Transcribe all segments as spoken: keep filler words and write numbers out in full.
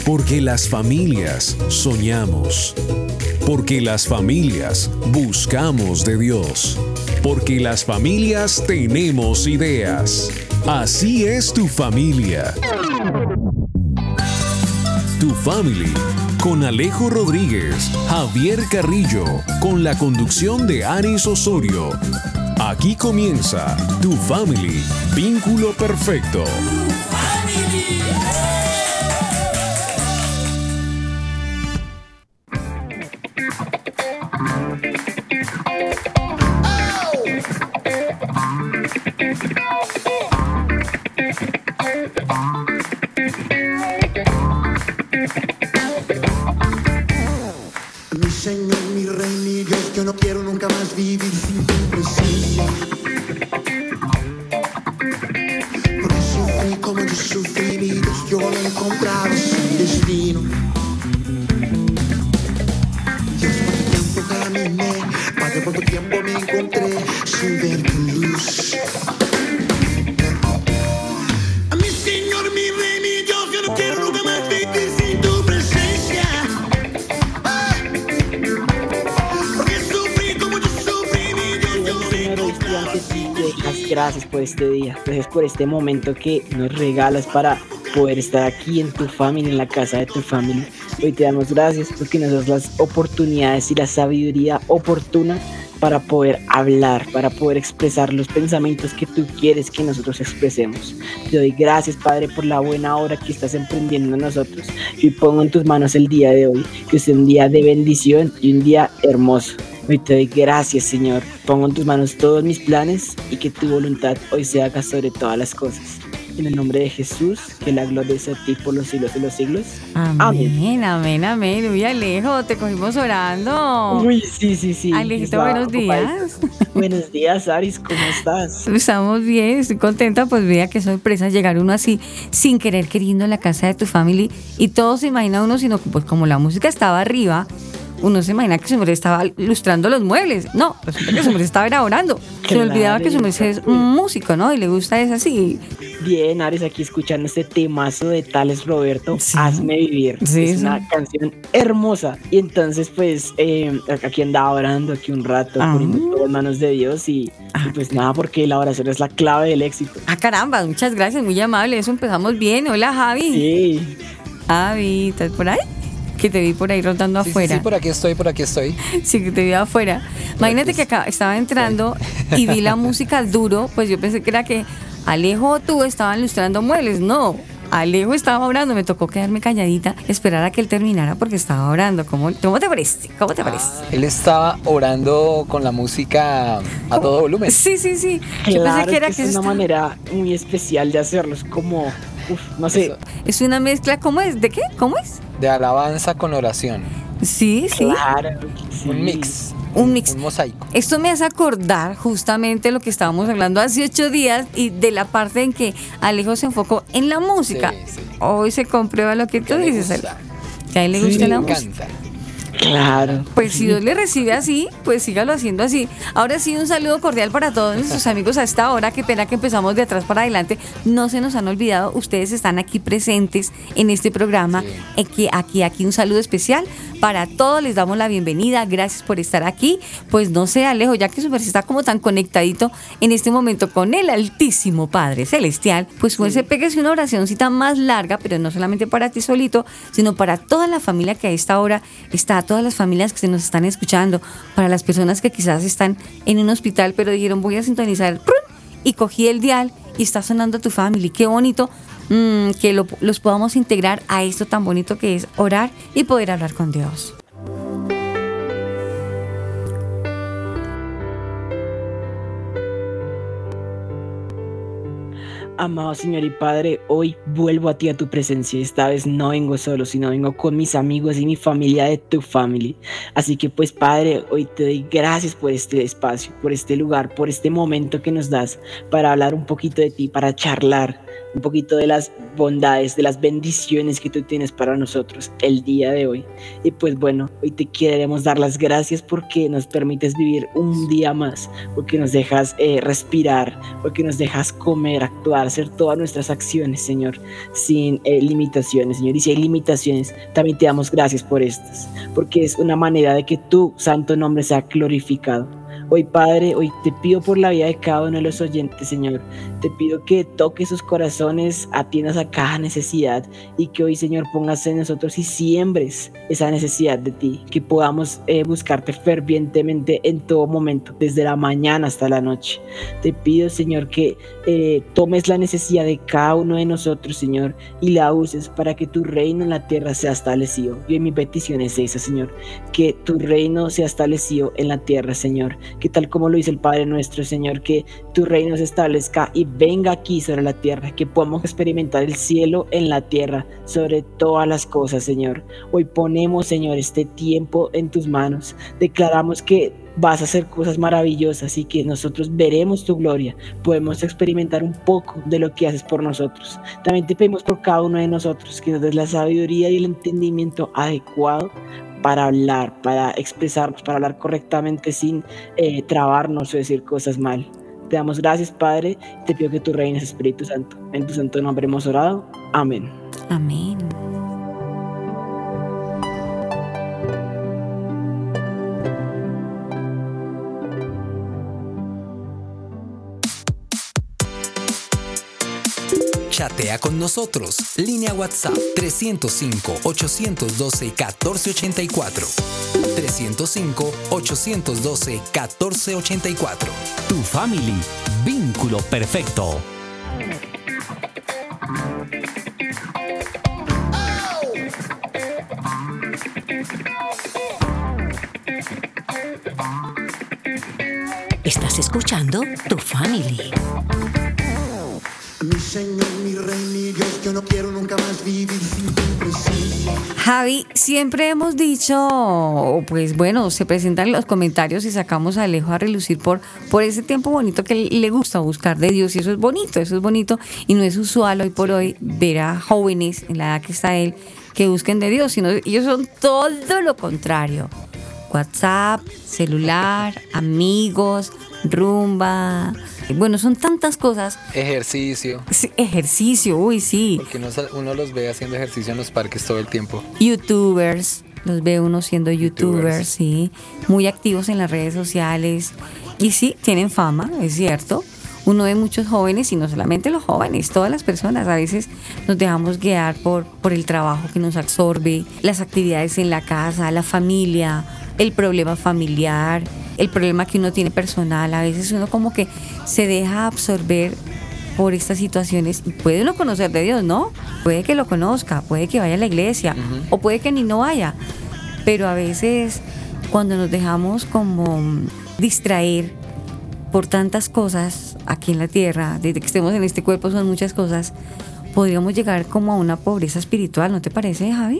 Porque las familias soñamos. Porque las familias buscamos de Dios. Porque las familias tenemos ideas. Así es tu familia. Tu Family, con Alejo Rodríguez, Javier Carrillo, con la conducción de Aris Osorio. Aquí comienza Tu Family, vínculo perfecto. Mi Señor, mi Rey, mi Dios, yo no quiero nunca más vivir sin tu presencia. Porque sufrí como yo sufrí, mi Dios, yo lo he encontrado sin destino. Dios, por tu tiempo caminé, Padre, por tu tiempo me encontré sin ver tu luz. A mi Señor, mi Rey, mi Dios, yo no quiero nunca más vivir sin tu presencia. Las gracias por este día, gracias por este momento que nos regalas para poder estar aquí en tu familia, en la casa de tu familia. Hoy te damos gracias porque nos das las oportunidades y la sabiduría oportuna para poder hablar, para poder expresar los pensamientos que tú quieres que nosotros expresemos. Te doy gracias, Padre, por la buena obra que estás emprendiendo en nosotros. Y pongo en tus manos el día de hoy, que sea un día de bendición y un día hermoso. Hoy te doy gracias, Señor. Pongo en tus manos todos mis planes y que tu voluntad hoy se haga sobre todas las cosas. En el nombre de Jesús, que la gloria sea a ti por los siglos de los siglos. Amén, amén, amén, amén. Uy, Alejo, te cogimos orando. Uy, sí, sí, sí. Alejito, buenos días. Buenos días, Aris, ¿cómo estás? Estamos bien, estoy contenta. Pues mira qué sorpresa llegar uno así, sin querer queriendo a la casa de tu family. Y todo se imagina uno, sino pues como la música estaba arriba, uno se imagina que su merced estaba ilustrando los muebles. No, resulta que su merced estaba era orando. Se me olvidaba que su merced es un músico, ¿no? Y le gusta es así. Bien, Ares, aquí escuchando este temazo de Tales Roberto, sí. Hazme vivir. Sí, es sí. una canción hermosa. Y entonces, pues, eh, aquí andaba orando aquí un rato, ah. poniendo todo en manos de Dios. Y, ah. y pues nada, porque la oración es la clave del éxito. Ah, caramba, muchas gracias, muy amable. Eso empezamos bien. Hola, Javi. Sí. Javi, ¿estás por ahí? Que te vi por ahí rotando sí, afuera. Sí, sí, por aquí estoy, por aquí estoy. Sí, que te vi afuera. Imagínate que acá estaba entrando y vi la música duro, pues yo pensé que era que Alejo o tú estaban ilustrando muebles. No, Alejo estaba orando, me tocó quedarme calladita, esperar a que él terminara porque estaba orando. ¿Cómo, cómo te parece? ¿Cómo te parece? Ah, él estaba orando con la música a ¿Cómo? Todo volumen. Sí, sí, sí. Yo claro, pensé que era que que es una estaba... manera muy especial de hacerlo, es como... Uf, no sé. Eso. Es una mezcla, ¿cómo es? ¿De qué? ¿Cómo es? De alabanza con oración. Sí, sí. Claro, sí. Un mix. Un mix. Un mosaico. Esto me hace acordar justamente lo que estábamos hablando hace ocho días y de la parte en que Alejo se enfocó en la música. Sí, sí. Hoy se comprueba lo que tú dices, Alejo. Que a él le gusta sí, la me música. encanta. Claro. Pues si Dios le recibe así, pues sígalo haciendo así. Ahora sí, un saludo cordial para todos nuestros amigos a esta hora. Qué pena que empezamos de atrás para adelante. No se nos han olvidado, ustedes están aquí presentes en este programa. Sí. Aquí, aquí, aquí un saludo especial para todos. Les damos la bienvenida. Gracias por estar aquí. Pues no sé, Alejo, ya que su merced está como tan conectadito en este momento con el Altísimo Padre Celestial, pues pues sí. Se péguese una oracióncita más larga, pero no solamente para ti solito, sino para toda la familia que a esta hora está, todas las familias que se nos están escuchando, para las personas que quizás están en un hospital, pero dijeron voy a sintonizar y cogí el dial y está sonando Tu Family. Qué bonito mmm, que lo, los podamos integrar a esto tan bonito que es orar y poder hablar con Dios. Amado Señor y Padre, hoy vuelvo a ti, a tu presencia. Esta vez no vengo solo, sino vengo con mis amigos y mi familia de Tu Family. Así que pues Padre, hoy te doy gracias por este espacio, por este lugar, por este momento que nos das para hablar un poquito de ti, para charlar un poquito de las bondades, de las bendiciones que tú tienes para nosotros el día de hoy. Y pues bueno, hoy te queremos dar las gracias porque nos permites vivir un día más, porque nos dejas eh, respirar, porque nos dejas comer, actuar, hacer todas nuestras acciones, Señor, sin eh, limitaciones, Señor. Y si hay limitaciones, también te damos gracias por estas, porque es una manera de que tu santo nombre sea glorificado. Hoy, Padre, hoy te pido por la vida de cada uno de los oyentes, Señor. Te pido que toques sus corazones, atiendas a cada necesidad y que hoy, Señor, pongas en nosotros y siembres esa necesidad de ti, que podamos eh, buscarte fervientemente en todo momento, desde la mañana hasta la noche. Te pido, Señor, que eh, tomes la necesidad de cada uno de nosotros, Señor, y la uses para que tu reino en la tierra sea establecido. Y hoy mi petición es esa, Señor, que tu reino sea establecido en la tierra, Señor. Que tal como lo dice el Padre nuestro, Señor, que tu reino se establezca y venga aquí sobre la tierra, que podamos experimentar el cielo en la tierra, sobre todas las cosas, Señor. Hoy ponemos, Señor, este tiempo en tus manos. Declaramos que vas a hacer cosas maravillosas y que nosotros veremos tu gloria, podemos experimentar un poco de lo que haces por nosotros. También te pedimos por cada uno de nosotros que nos des la sabiduría y el entendimiento adecuado para hablar, para expresarnos, para hablar correctamente sin eh, trabarnos o decir cosas mal. Te damos gracias, Padre, y te pido que tú reines, Espíritu Santo. En tu santo nombre hemos orado. Amén. Amén. Chatea con nosotros. Línea WhatsApp tres cero cinco, ocho uno dos, uno cuatro ocho cuatro. tres cero cinco, ocho uno dos, uno cuatro ocho cuatro. Tu Family, vínculo perfecto. Estás escuchando Tu Family. Mi Señor, mi Rey, mi Dios, yo no quiero nunca más vivir sin tu presencia. Javi, siempre hemos dicho, o pues bueno, se presentan los comentarios y sacamos a Alejo a relucir por, por ese tiempo bonito que le gusta buscar de Dios, y eso es bonito, eso es bonito, y no es usual hoy por hoy ver a jóvenes en la edad que está él que busquen de Dios, sino ellos son todo lo contrario. WhatsApp, celular, amigos, rumba, bueno, son tantas cosas. Ejercicio. Sí, ejercicio, uy, sí. Porque uno, uno los ve haciendo ejercicio en los parques todo el tiempo. YouTubers, los ve uno siendo youtubers, YouTubers, sí, muy activos en las redes sociales. Y sí, tienen fama, es cierto. Uno ve muchos jóvenes, y no solamente los jóvenes, todas las personas. A veces nos dejamos guiar por, por el trabajo que nos absorbe, las actividades en la casa, la familia, el problema familiar, el problema que uno tiene personal. A veces uno como que se deja absorber por estas situaciones. Puede uno conocer de Dios, ¿no? Puede que lo conozca, puede que vaya a la iglesia, uh-huh. o puede que ni no vaya. Pero a veces cuando nos dejamos como distraer por tantas cosas aquí en la tierra, desde que estemos en este cuerpo son muchas cosas, podríamos llegar como a una pobreza espiritual, ¿no te parece, Javi?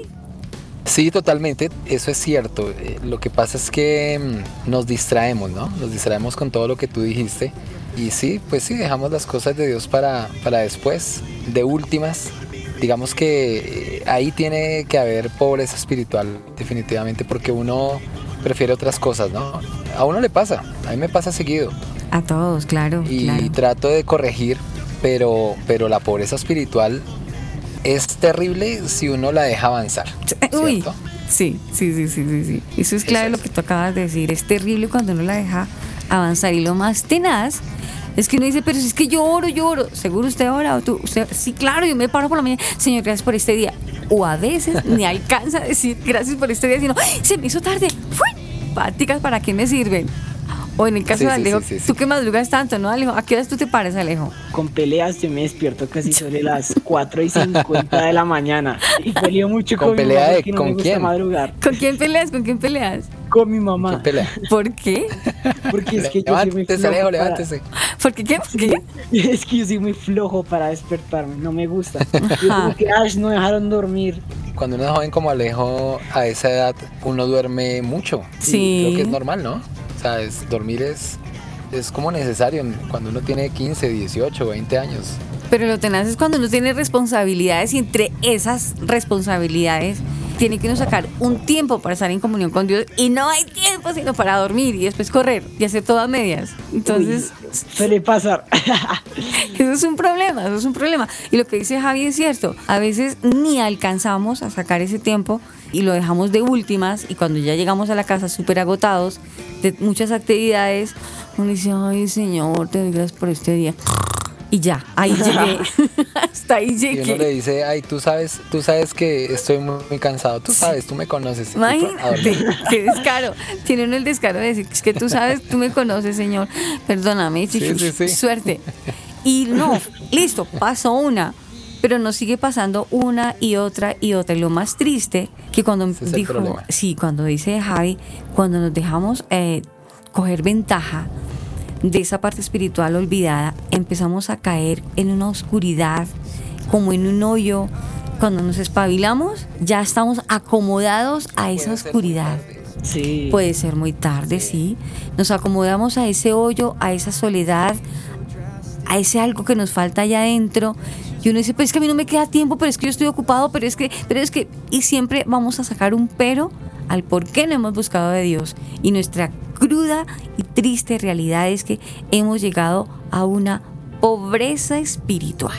Sí, totalmente, eso es cierto. Eh, lo que pasa es que mm, nos distraemos, ¿no? Nos distraemos con todo lo que tú dijiste. Y sí, pues sí, dejamos las cosas de Dios para, para después, de últimas. Digamos que eh, ahí tiene que haber pobreza espiritual, definitivamente, porque uno prefiere otras cosas, ¿no? A uno le pasa, a mí me pasa seguido. A todos, claro. Y claro. trato de corregir, pero, pero la pobreza espiritual es terrible si uno la deja avanzar, ¿cierto? Uy, sí, sí, sí, sí, sí, sí. Eso es clave. Eso es lo que tú acabas de decir. Es terrible cuando uno la deja avanzar. Y lo más tenaz es que uno dice, pero si es que yo oro, yo oro. ¿Seguro usted ora? ¿O tú? Usted, sí, claro, yo me paro por la mañana. Señor, gracias por este día. O a veces ni alcanza a decir gracias por este día, sino, ¡ay, se me hizo tarde! ¡Fui! Páticas, ¿para qué me sirven? O en el caso sí, de Alejo, sí, sí, sí, tú sí. que madrugas tanto, ¿no, Alejo? ¿A qué horas tú te paras, Alejo? Con peleas yo me despierto casi sobre las cuatro y cincuenta de la mañana. Y peleo mucho con, ¿Con mi pelea mamá de- porque no con me gusta quién? madrugar. ¿Con quién peleas? ¿Con quién peleas? Con mi mamá. ¿Qué pelea? ¿Por qué? Porque es que yo soy muy Levántese, flojo Alejo, para- levántese. ¿Por qué? ¿Qué? ¿Por qué? Es que yo soy muy flojo para despertarme, no me gusta. Yo como que, Ash, no dejaron dormir. Cuando uno es joven como Alejo, a esa edad, uno duerme mucho. Sí. Creo que es normal, ¿no? O sea, es, dormir es, es como necesario cuando uno tiene quince, dieciocho, veinte años. Pero lo tenaz es cuando uno tiene responsabilidades y entre esas responsabilidades tiene que uno sacar un tiempo para estar en comunión con Dios y no hay tiempo sino para dormir y después correr y hacer todo a medias. Entonces, Uy, suele pasar. eso es un problema, eso es un problema. Y lo que dice Javi es cierto, a veces ni alcanzamos a sacar ese tiempo y lo dejamos de últimas y cuando ya llegamos a la casa súper agotados de muchas actividades, uno dice, ay Señor, te doy gracias por este día. Y ya, ahí llegué. Hasta ahí llegué. Y uno le dice, ay, tú sabes, tú sabes que estoy muy, muy cansado, tú sabes, tú me conoces. Imagínate, qué descaro. Tiene uno el descaro de decir, es que tú sabes, tú me conoces, Señor. Perdóname, sí, sí, sí. Suerte. Y no, listo, pasó una. Pero nos sigue pasando una y otra y otra. Y lo más triste, que cuando Ese es dijo, el problema. sí, cuando dice Javi, cuando nos dejamos eh, coger ventaja de esa parte espiritual olvidada, empezamos a caer en una oscuridad, como en un hoyo. Cuando nos espabilamos, ya estamos acomodados a esa oscuridad. Sí. Puede ser muy tarde, sí. Nos acomodamos a ese hoyo, a esa soledad, a ese algo que nos falta allá adentro. Y uno dice, pues es que a mí no me queda tiempo, pero es que yo estoy ocupado, pero es que, pero es que... Y siempre vamos a sacar un pero al por qué no hemos buscado de Dios. Y nuestra cruda y triste realidad es que hemos llegado a una pobreza espiritual.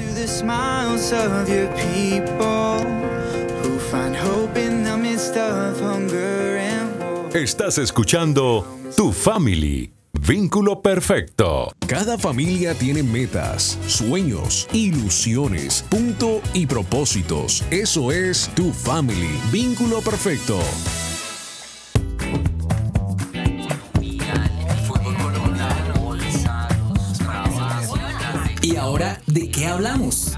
Estás escuchando Tu Family, Vínculo Perfecto. Cada familia tiene metas, sueños, ilusiones, punto y propósitos. Eso es Tu Family, Vínculo Perfecto. ¿Y ahora de qué hablamos?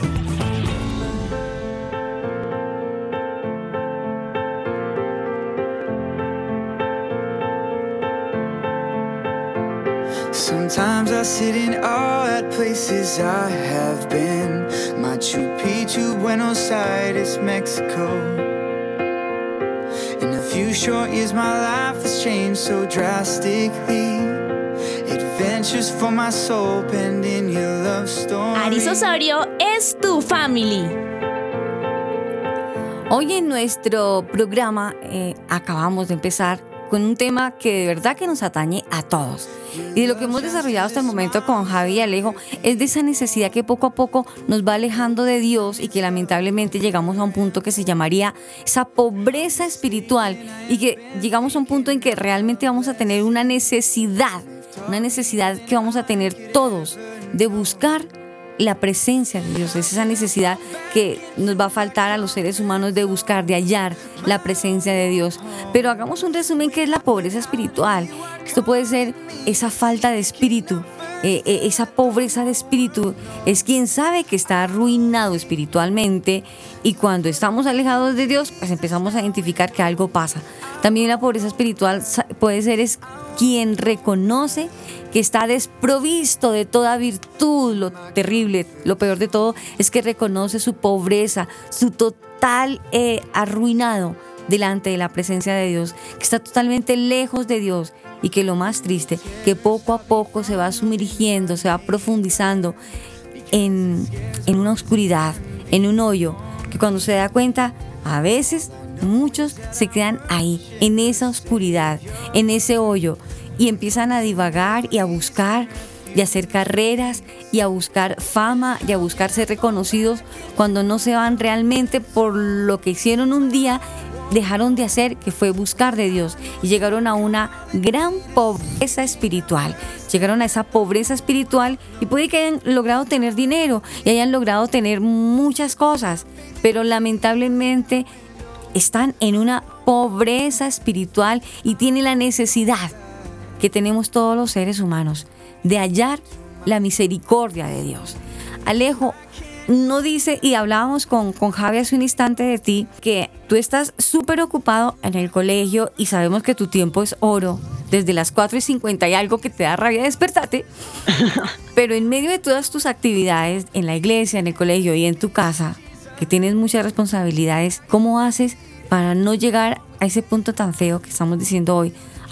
Sometimes I sit in awe at places I have been. Machu Picchu, Buenos Aires, Mexico. In a few short years my life has changed so drastically. Adventures for my soul penned in your love story. Aris Osorio es Tu Family. Hoy en nuestro programa eh, acabamos de empezar con un tema que de verdad que nos atañe a todos. Y de lo que hemos desarrollado hasta el momento con Javi y Alejo es de esa necesidad que poco a poco nos va alejando de Dios y que lamentablemente llegamos a un punto que se llamaría esa pobreza espiritual y que llegamos a un punto en que realmente vamos a tener una necesidad, una necesidad que vamos a tener todos de buscar la presencia de Dios. Es esa necesidad que nos va a faltar a los seres humanos de buscar, de hallar la presencia de Dios. Pero hagamos un resumen que es la pobreza espiritual. Esto puede ser esa falta de espíritu, eh, eh, esa pobreza de espíritu. Es quien sabe que está arruinado espiritualmente y cuando estamos alejados de Dios, pues empezamos a identificar que algo pasa. También la pobreza espiritual puede ser es quien reconoce que está desprovisto de toda virtud. Lo terrible, lo peor de todo es que reconoce su pobreza, su total eh, arruinado delante de la presencia de Dios, que está totalmente lejos de Dios y que lo más triste, que poco a poco se va sumergiendo, se va profundizando en, en una oscuridad, en un hoyo, que cuando se da cuenta, a veces muchos se quedan ahí, en esa oscuridad, en ese hoyo, y empiezan a divagar y a buscar y a hacer carreras y a buscar fama y a buscar ser reconocidos cuando no se van realmente por lo que hicieron un día, dejaron de hacer, que fue buscar de Dios, y llegaron a una gran pobreza espiritual. Llegaron a esa pobreza espiritual y puede que hayan logrado tener dinero y hayan logrado tener muchas cosas, pero lamentablemente están en una pobreza espiritual y tienen la necesidad que tenemos todos los seres humanos de hallar la misericordia de Dios. Alejo, no dice, y hablábamos con, con Javi hace un instante de ti, que tú estás súper ocupado en el colegio y sabemos que tu tiempo es oro, desde las cuatro y cincuenta y algo que te da rabia despertarte, pero en medio de todas tus actividades en la iglesia, en el colegio y en tu casa, que tienes muchas responsabilidades, ¿cómo haces para no llegar a ese punto tan feo que estamos diciendo hoy,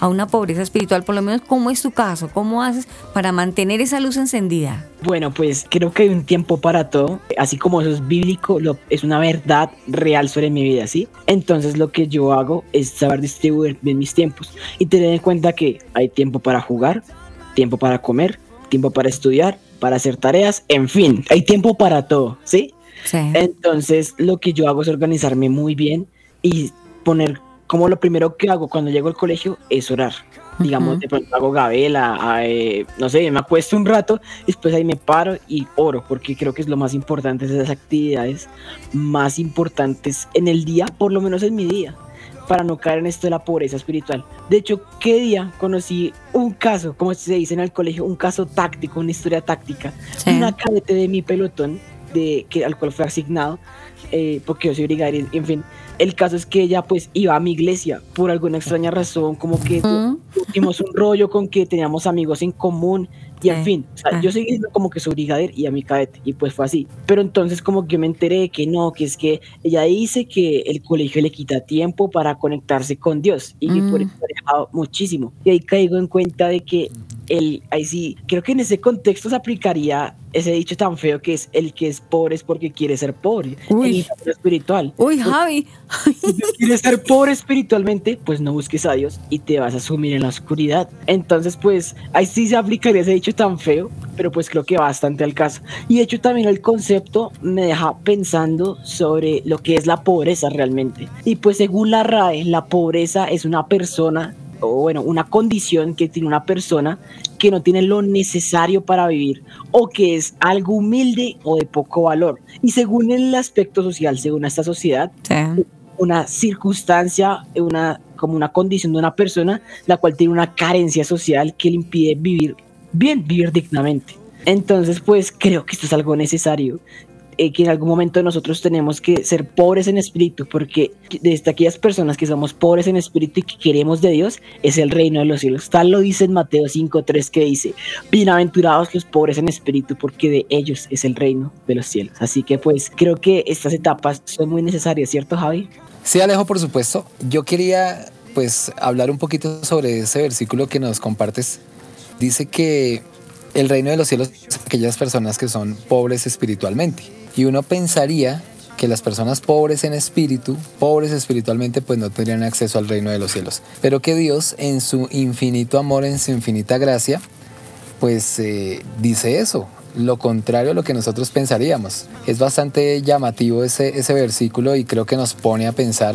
a una pobreza espiritual, por lo menos ¿cómo es tu caso? ¿Cómo haces para mantener esa luz encendida? Bueno, pues creo que hay un tiempo para todo, así como eso es bíblico, lo, es una verdad real sobre mi vida, ¿sí? Entonces lo que yo hago es saber distribuir bien mis tiempos y tener en cuenta que hay tiempo para jugar, tiempo para comer, tiempo para estudiar, para hacer tareas, en fin, hay tiempo para todo, ¿sí? Sí. Entonces lo que yo hago es organizarme muy bien y poner como lo primero que hago cuando llego al colegio es orar. Uh-huh. Digamos, de pronto hago gabela, eh, no sé, me acuesto un rato, después ahí me paro y oro, porque creo que es lo más importante, esas actividades más importantes en el día, por lo menos en mi día, para no caer en esto de la pobreza espiritual. De hecho, ¿qué día conocí un caso, como se dice en el colegio, un caso táctico, una historia táctica? Sí. Una cadete de mi pelotón, de, que, al cual fue asignado, eh, porque yo soy brigadier, en fin. El caso es que ella pues iba a mi iglesia por alguna extraña razón, como que uh-huh. tuvimos un rollo con que teníamos amigos en común y en fin, o sea, uh-huh. yo seguí como que soy brigadier y a mi cadete y pues fue así. Pero entonces como que yo me enteré que no, que es que ella dice que el colegio le quita tiempo para conectarse con Dios y uh-huh. que por eso ha dejado muchísimo. Y ahí caigo en cuenta de que el, ahí sí, creo que en ese contexto se aplicaría ese dicho tan feo que es el que es pobre es porque quiere ser pobre. Uy. El espiritual. Uy, Javi. Si quieres ser pobre espiritualmente, pues no busques a Dios y te vas a sumir en la oscuridad. Entonces, pues, ahí sí se aplicaría ese dicho tan feo, pero pues creo que bastante al caso. Y de hecho también el concepto me deja pensando sobre lo que es la pobreza realmente. Y pues según la R A E, la pobreza es una persona, o bueno, una condición que tiene una persona que no tiene lo necesario para vivir o que es algo humilde o de poco valor. Y según el aspecto social, según esta sociedad, sí. una circunstancia, una, como una condición de una persona la cual tiene una carencia social que le impide vivir bien, vivir dignamente. Entonces, pues creo que esto es algo necesario. Eh, que en algún momento nosotros tenemos que ser pobres en espíritu, porque desde aquellas personas que somos pobres en espíritu y que queremos de Dios, es el reino de los cielos. Tal lo dice en Mateo cinco tres, que dice: bienaventurados los pobres en espíritu, porque de ellos es el reino de los cielos. Así que pues creo que estas etapas son muy necesarias, ¿cierto, Javi? Sí, Alejo, por supuesto. Yo quería pues hablar un poquito sobre ese versículo que nos compartes. Dice que el reino de los cielos es aquellas personas que son pobres espiritualmente. Y uno pensaría que las personas pobres en espíritu, pobres espiritualmente, pues no tendrían acceso al reino de los cielos. Pero que Dios, en su infinito amor, en su infinita gracia, pues eh, dice eso, lo contrario a lo que nosotros pensaríamos. Es bastante llamativo ese, ese versículo y creo que nos pone a pensar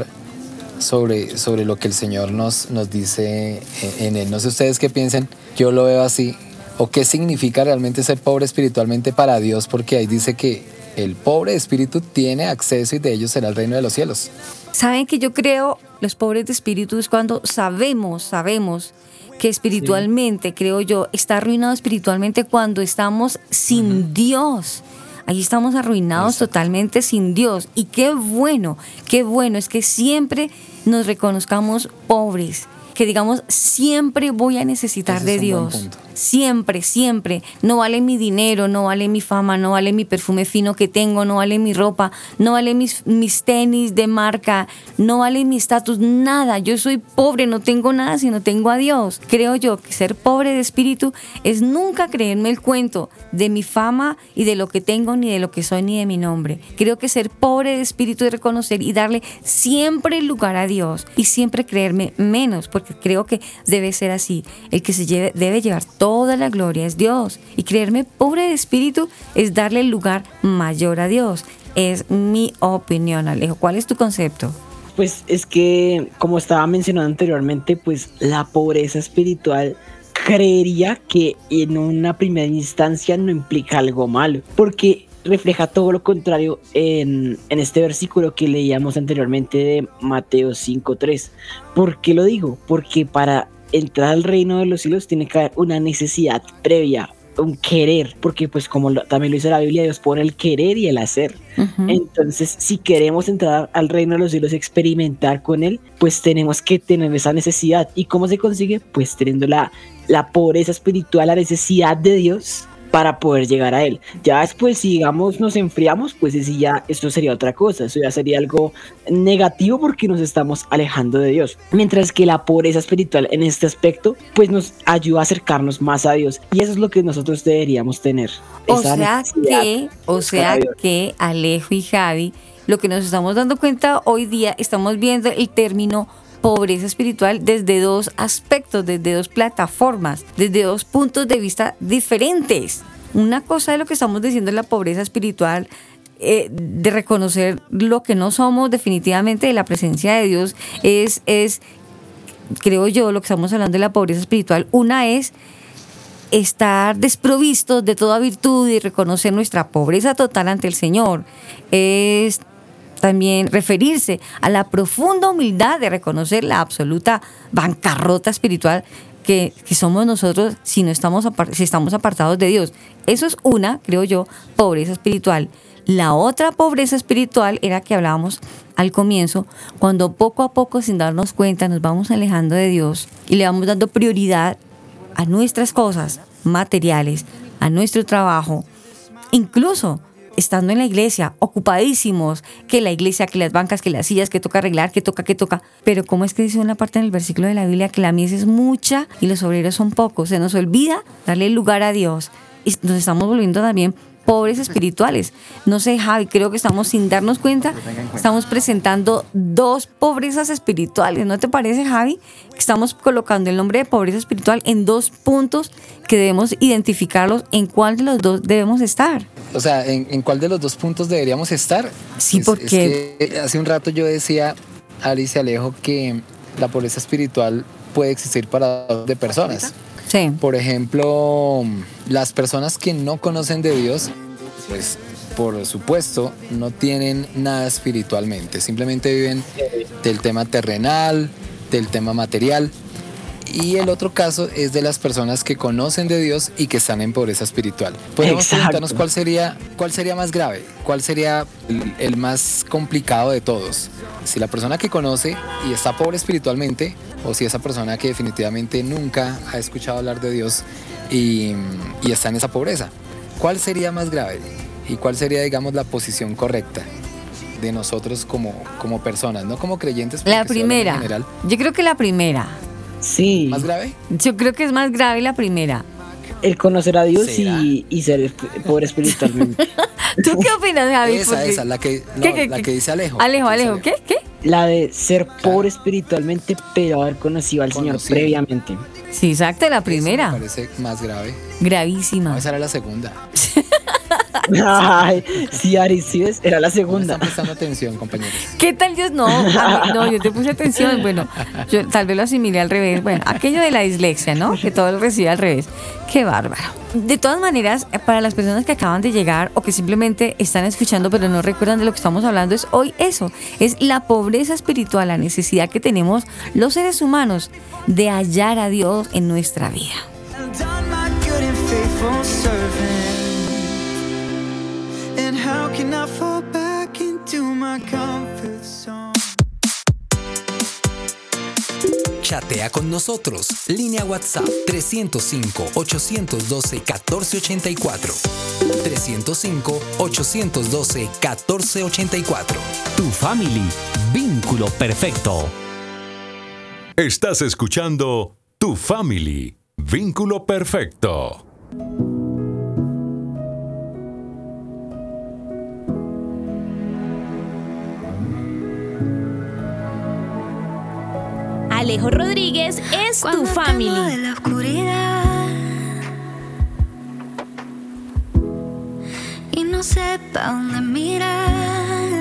sobre, sobre lo que el Señor nos, nos dice en, en él. No sé ustedes qué piensan, yo lo veo así. O qué significa realmente ser pobre espiritualmente para Dios, porque ahí dice que el pobre de espíritu tiene acceso y de ellos será el reino de los cielos. Saben que yo creo, los pobres de espíritu es cuando sabemos, sabemos que espiritualmente, sí. creo yo, está arruinado espiritualmente cuando estamos sin uh-huh. Dios. Ahí estamos arruinados Exacto. totalmente sin Dios. Y qué bueno, qué bueno es que siempre nos reconozcamos pobres. Que digamos, siempre voy a necesitar Ese de Dios. Siempre, siempre. No vale mi dinero, no vale mi fama, no vale mi perfume fino que tengo, no vale mi ropa, no vale mis, mis tenis de marca, no vale mi estatus, nada. Yo soy pobre, no tengo nada si no tengo a Dios. Creo yo que ser pobre de espíritu es nunca creerme el cuento de mi fama y de lo que tengo, ni de lo que soy, ni de mi nombre. Creo que ser pobre de espíritu es reconocer y darle siempre lugar a Dios y siempre creerme menos, porque creo que debe ser así. El que se lleve, debe llevar toda la gloria es Dios. Y creerme pobre de espíritu es darle el lugar mayor a Dios. Es mi opinión, Alejo. ¿Cuál es tu concepto? Pues es que, como estaba mencionando anteriormente, pues la pobreza espiritual creería que en una primera instancia no implica algo malo, porque refleja todo lo contrario en, en este versículo que leíamos anteriormente de Mateo cinco tres. ¿Por qué lo digo? Porque para entrar al reino de los cielos tiene que haber una necesidad previa, un querer, porque pues como lo, también lo dice la Biblia, Dios pone el querer y el hacer. Uh-huh. Entonces, si queremos entrar al reino de los cielos, experimentar con él, pues tenemos que tener esa necesidad. ¿Y cómo se consigue? Pues teniendo la, la pobreza espiritual, la necesidad de Dios, para poder llegar a él. Ya después, si digamos nos enfriamos, pues sí, ya esto sería otra cosa, eso ya sería algo negativo porque nos estamos alejando de Dios. Mientras que la pobreza espiritual en este aspecto, pues nos ayuda a acercarnos más a Dios, y eso es lo que nosotros deberíamos tener. O sea que, o sea que Alejo y Javi, lo que nos estamos dando cuenta hoy día, estamos viendo el término pobreza espiritual desde dos aspectos, desde dos plataformas, desde dos puntos de vista diferentes. Una cosa de lo que estamos diciendo es la pobreza espiritual, eh, de reconocer lo que no somos definitivamente de la presencia de Dios, es, es, creo yo, lo que estamos hablando de la pobreza espiritual. Una es estar desprovistos de toda virtud y reconocer nuestra pobreza total ante el Señor. Es también referirse a la profunda humildad de reconocer la absoluta bancarrota espiritual que, que somos nosotros si no estamos apart- si estamos apartados de Dios. Eso es una, creo yo, pobreza espiritual. La otra pobreza espiritual era que hablábamos al comienzo, cuando poco a poco, sin darnos cuenta, nos vamos alejando de Dios y le vamos dando prioridad a nuestras cosas materiales, a nuestro trabajo, incluso estando en la iglesia, ocupadísimos, que la iglesia, que las bancas, que las sillas, que toca arreglar, que toca, que toca. Pero ¿cómo es que dice una parte en el versículo de la Biblia que la mies es mucha y los obreros son pocos? Se nos olvida darle lugar a Dios y nos estamos volviendo también pobres espirituales. No sé, Javi, creo que estamos, sin darnos cuenta, estamos presentando dos pobrezas espirituales. ¿No te parece, Javi? Que estamos colocando el nombre de pobreza espiritual en dos puntos que debemos identificarlos. ¿En cuál de los dos debemos estar? O sea, ¿en, en cuál de los dos puntos deberíamos estar? Sí, es, porque... Es que hace un rato yo decía, Alice y Alejo, que la pobreza espiritual puede existir para dos de personas. Sí. Por ejemplo, las personas que no conocen de Dios, pues por supuesto no tienen nada espiritualmente, simplemente viven del tema terrenal, del tema material. Y el otro caso es de las personas que conocen de Dios y que están en pobreza espiritual. Podemos Exacto. preguntarnos cuál sería, cuál sería más grave, cuál sería el, el más complicado de todos. Si la persona que conoce y está pobre espiritualmente, o si esa persona que definitivamente nunca ha escuchado hablar de Dios y, y está en esa pobreza. ¿Cuál sería más grave? ¿Y cuál sería, digamos, la posición correcta de nosotros como, como personas, no como creyentes? La primera. En general. Yo creo que la primera. Sí. ¿Más grave? Yo creo que es más grave la primera. El conocer a Dios ¿Será? y, y ser pobre espiritualmente. ¿Tú qué opinas, Javi? Esa, Porque... esa, la que, no, ¿Qué, qué, la qué? que dice Alejo. Alejo, Dice Alejo, ¿qué? ¿Qué? La de ser pobre espiritualmente, pero haber conocido al Señor Conocido. previamente. Sí, exacto, la Eso primera. me parece más grave. Gravísima. No, esa era la segunda. Ay, sí, Ari, sí ves, era la No segunda. están prestando atención, compañeros. ¿Qué tal Dios? No, a mí- no, yo te puse atención. Bueno, yo tal vez lo asimilé al revés. Bueno, aquello de la dislexia, ¿no? Que todo lo recibe al revés. Qué bárbaro. De todas maneras, para las personas que acaban de llegar o que simplemente están escuchando pero no recuerdan de lo que estamos hablando, es hoy eso. Es la pobreza espiritual, la necesidad que tenemos los seres humanos de hallar a Dios en nuestra vida. I've done my good and faithful servant. And how can I fall back into my comfort zone? Chatea con nosotros. Línea WhatsApp trescientos cinco, ochocientos doce, catorce ochenta y cuatro. trescientos cinco, ochocientos doce, catorce ochenta y cuatro. Tu family, vínculo perfecto. Estás escuchando Tu Family, vínculo perfecto. Alejo Rodríguez es tu Cuando family. tengo de la oscuridad y no sepa dónde mirar.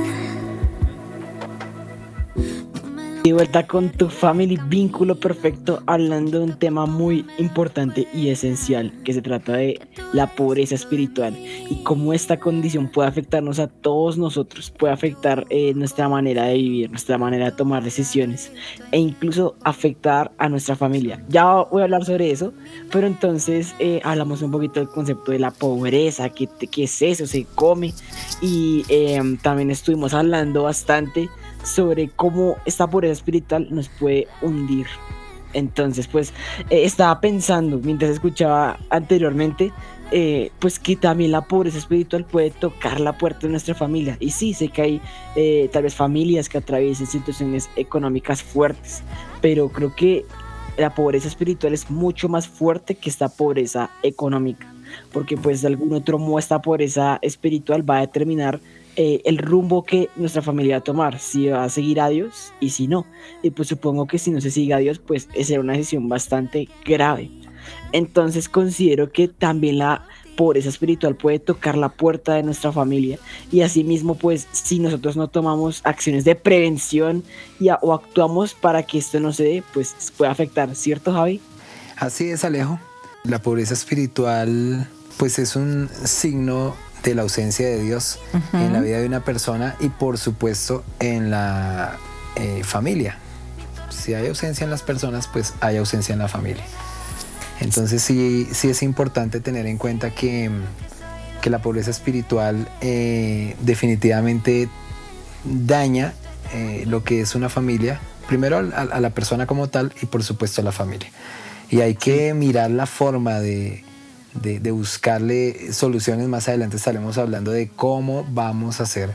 De vuelta con Tu Family, vínculo perfecto, hablando de un tema muy importante y esencial, que se trata de la pobreza espiritual y cómo esta condición puede afectarnos a todos nosotros, puede afectar eh, nuestra manera de vivir, nuestra manera de tomar decisiones e incluso afectar a nuestra familia. Ya voy a hablar sobre eso, pero entonces eh, hablamos un poquito del concepto de la pobreza, qué, qué es eso, se come, y eh, también estuvimos hablando bastante sobre cómo esta pobreza espiritual nos puede hundir. Entonces, pues, eh, estaba pensando, mientras escuchaba anteriormente, eh, pues que también la pobreza espiritual puede tocar la puerta de nuestra familia. Y sí, sé que hay eh, tal vez familias que atraviesen situaciones económicas fuertes, pero creo que la pobreza espiritual es mucho más fuerte que esta pobreza económica, porque pues de algún otro modo esta pobreza espiritual va a determinar eh, el rumbo que nuestra familia va a tomar, si va a seguir a Dios y si no. Y pues supongo que si no se sigue a Dios, pues esa era una decisión bastante grave. Entonces considero que también la pobreza espiritual puede tocar la puerta de nuestra familia, y asimismo pues si nosotros no tomamos acciones de prevención y a, o actuamos para que esto no se dé, pues puede afectar, ¿cierto, Javi? Así es, Alejo. La pobreza espiritual pues es un signo de la ausencia de Dios uh-huh. en la vida de una persona y por supuesto en la eh, familia. Si hay ausencia en las personas, pues hay ausencia en la familia. Entonces sí, sí es importante tener en cuenta que, que la pobreza espiritual eh, definitivamente daña eh, lo que es una familia, primero a, a la persona como tal y por supuesto a la familia. Y hay que mirar la forma de, de, de buscarle soluciones. Más adelante estaremos hablando de cómo vamos a hacer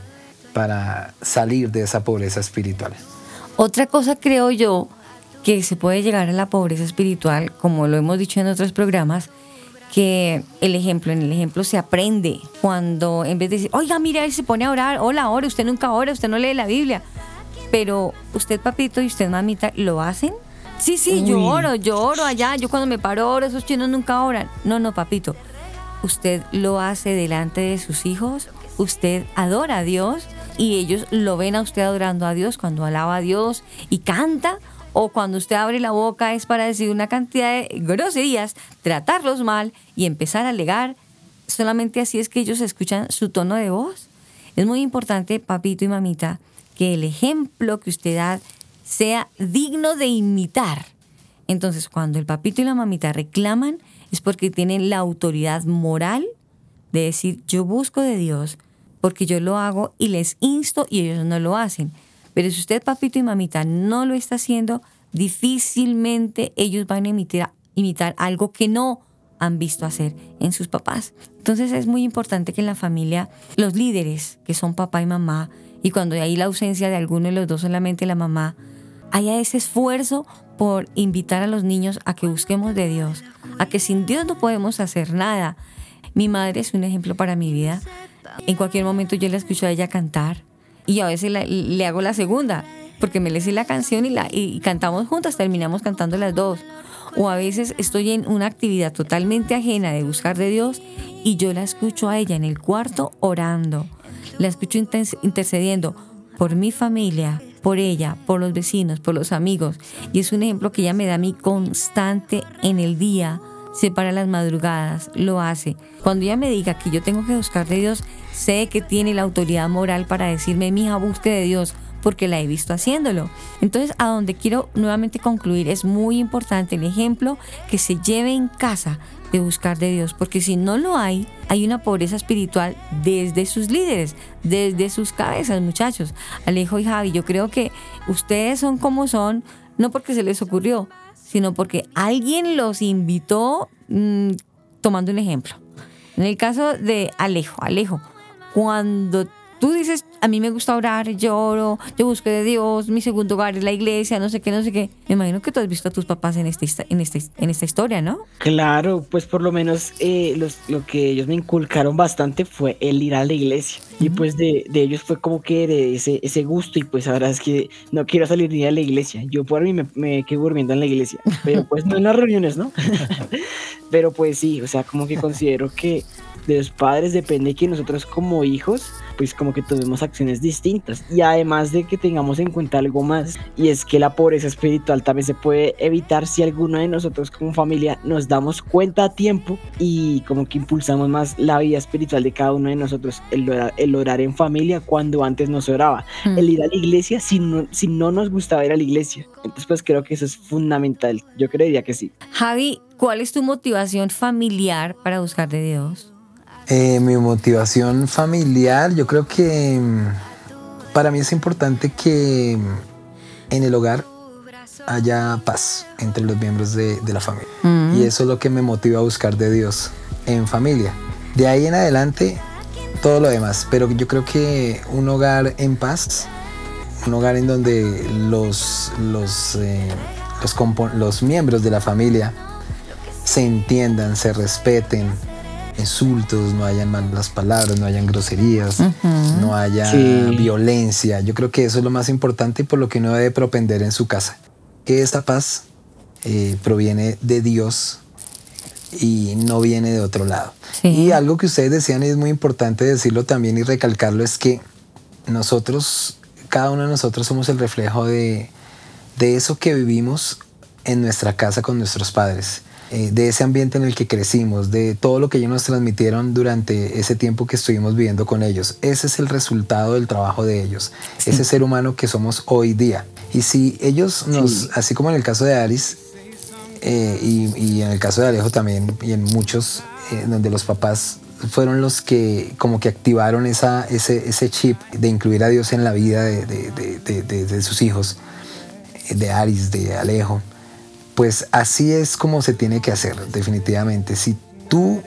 para salir de esa pobreza espiritual. Otra cosa creo yo que se puede llegar a la pobreza espiritual, como lo hemos dicho en otros programas, que el ejemplo, en el ejemplo se aprende cuando en vez de decir, oiga, mira, él se pone a orar, hola, ora, usted nunca ora, usted no lee la Biblia, pero usted, papito, y usted, mamita, ¿lo hacen? Sí, sí, Uy. yo oro, yo oro allá, yo cuando me paro oro, esos chinos nunca oran. No, no, papito, usted lo hace delante de sus hijos, usted adora a Dios y ellos lo ven a usted adorando a Dios cuando alaba a Dios y canta, o cuando usted abre la boca es para decir una cantidad de groserías, tratarlos mal y empezar a alegar. Solamente así es que ellos escuchan su tono de voz. Es muy importante, papito y mamita, que el ejemplo que usted da sea digno de imitar. Entonces, cuando el papito y la mamita reclaman, es porque tienen la autoridad moral de decir, yo busco de Dios, porque yo lo hago y les insto y ellos no lo hacen. Pero si usted, papito y mamita, no lo está haciendo, difícilmente ellos van a imitar, imitar algo que no han visto hacer en sus papás. Entonces es muy importante que en la familia, los líderes, que son papá y mamá, y cuando hay la ausencia de alguno de los dos, solamente la mamá, haya ese esfuerzo por invitar a los niños a que busquemos de Dios, a que sin Dios no podemos hacer nada. Mi madre es un ejemplo para mi vida. En cualquier momento yo la escucho a ella cantar, y a veces la, le hago la segunda, porque me le sé la canción y, la, y cantamos juntas, terminamos cantando las dos. O a veces estoy en una actividad totalmente ajena de buscar de Dios y yo la escucho a ella en el cuarto orando. La escucho intercediendo por mi familia, por ella, por los vecinos, por los amigos. Y es un ejemplo que ella me da a mí constante en el día. Se para las madrugadas, lo hace. Cuando ella me diga que yo tengo que buscar de Dios, sé que tiene la autoridad moral para decirme, mija, busque de Dios, porque la he visto haciéndolo. Entonces, a donde quiero nuevamente concluir, es muy importante el ejemplo que se lleve en casa de buscar de Dios, porque si no lo hay, hay una pobreza espiritual desde sus líderes, desde sus cabezas, muchachos. Alejo y Javi, yo creo que ustedes son como son, no porque se les ocurrió, sino porque alguien los invitó, mmm, tomando un ejemplo. En el caso de Alejo, Alejo, cuando tú dices, a mí me gusta orar, yo oro, yo busco de Dios, mi segundo hogar es la iglesia, no sé qué, no sé qué. Me imagino que tú has visto a tus papás en, este, en, este, en esta historia, ¿no? Claro, pues por lo menos eh, los, lo que ellos me inculcaron bastante fue el ir a la iglesia. Uh-huh. Y pues de, de ellos fue como que de ese, ese gusto, y pues ahora es que no quiero salir ni a la iglesia. Yo por mí me, me quedo durmiendo en la iglesia, pero pues no en las reuniones, ¿no? Pero pues sí, o sea, como que considero que de los padres depende que nosotros como hijos pues como que tomemos acciones distintas, y además de que tengamos en cuenta algo más, y es que la pobreza espiritual también se puede evitar si alguno de nosotros como familia nos damos cuenta a tiempo y como que impulsamos más la vida espiritual de cada uno de nosotros, el orar, el orar en familia cuando antes no se oraba, mm. el ir a la iglesia si no, si no nos gustaba ir a la iglesia. Entonces pues creo que eso es fundamental, yo creería que sí. Javi, ¿cuál es tu motivación familiar para buscar de Dios? Eh, mi motivación familiar, yo creo que para mí es importante que en el hogar haya paz entre los miembros de, de la familia. Mm. Y eso es lo que me motiva a buscar de Dios. en familia. De ahí en adelante, todo lo demás. Pero yo creo que un hogar en paz, un hogar en donde los, los, eh, los, compo- los miembros de la familia se entiendan, se respeten, insultos, no hayan malas palabras, no hayan groserías, uh-huh. no haya sí. violencia. Yo creo que eso es lo más importante y por lo que uno debe propender en su casa. Que esa paz eh, proviene de Dios y no viene de otro lado. Sí. Y algo que ustedes decían y es muy importante decirlo también y recalcarlo es que nosotros, cada uno de nosotros somos el reflejo de, de eso que vivimos en nuestra casa con nuestros padres, eh, de ese ambiente en el que crecimos, de todo lo que ellos nos transmitieron durante ese tiempo que estuvimos viviendo con ellos. Ese es el resultado del trabajo de ellos, sí. ese ser humano que somos hoy día. Y si ellos nos, sí. así como en el caso de Aris, eh, y, y en el caso de Alejo también, y en muchos, eh, donde los papás fueron los que como que activaron esa, ese, ese chip de incluir a Dios en la vida de, de, de, de, de, de sus hijos, de Aris, de Alejo, pues así es como se tiene que hacer, definitivamente. Si tú,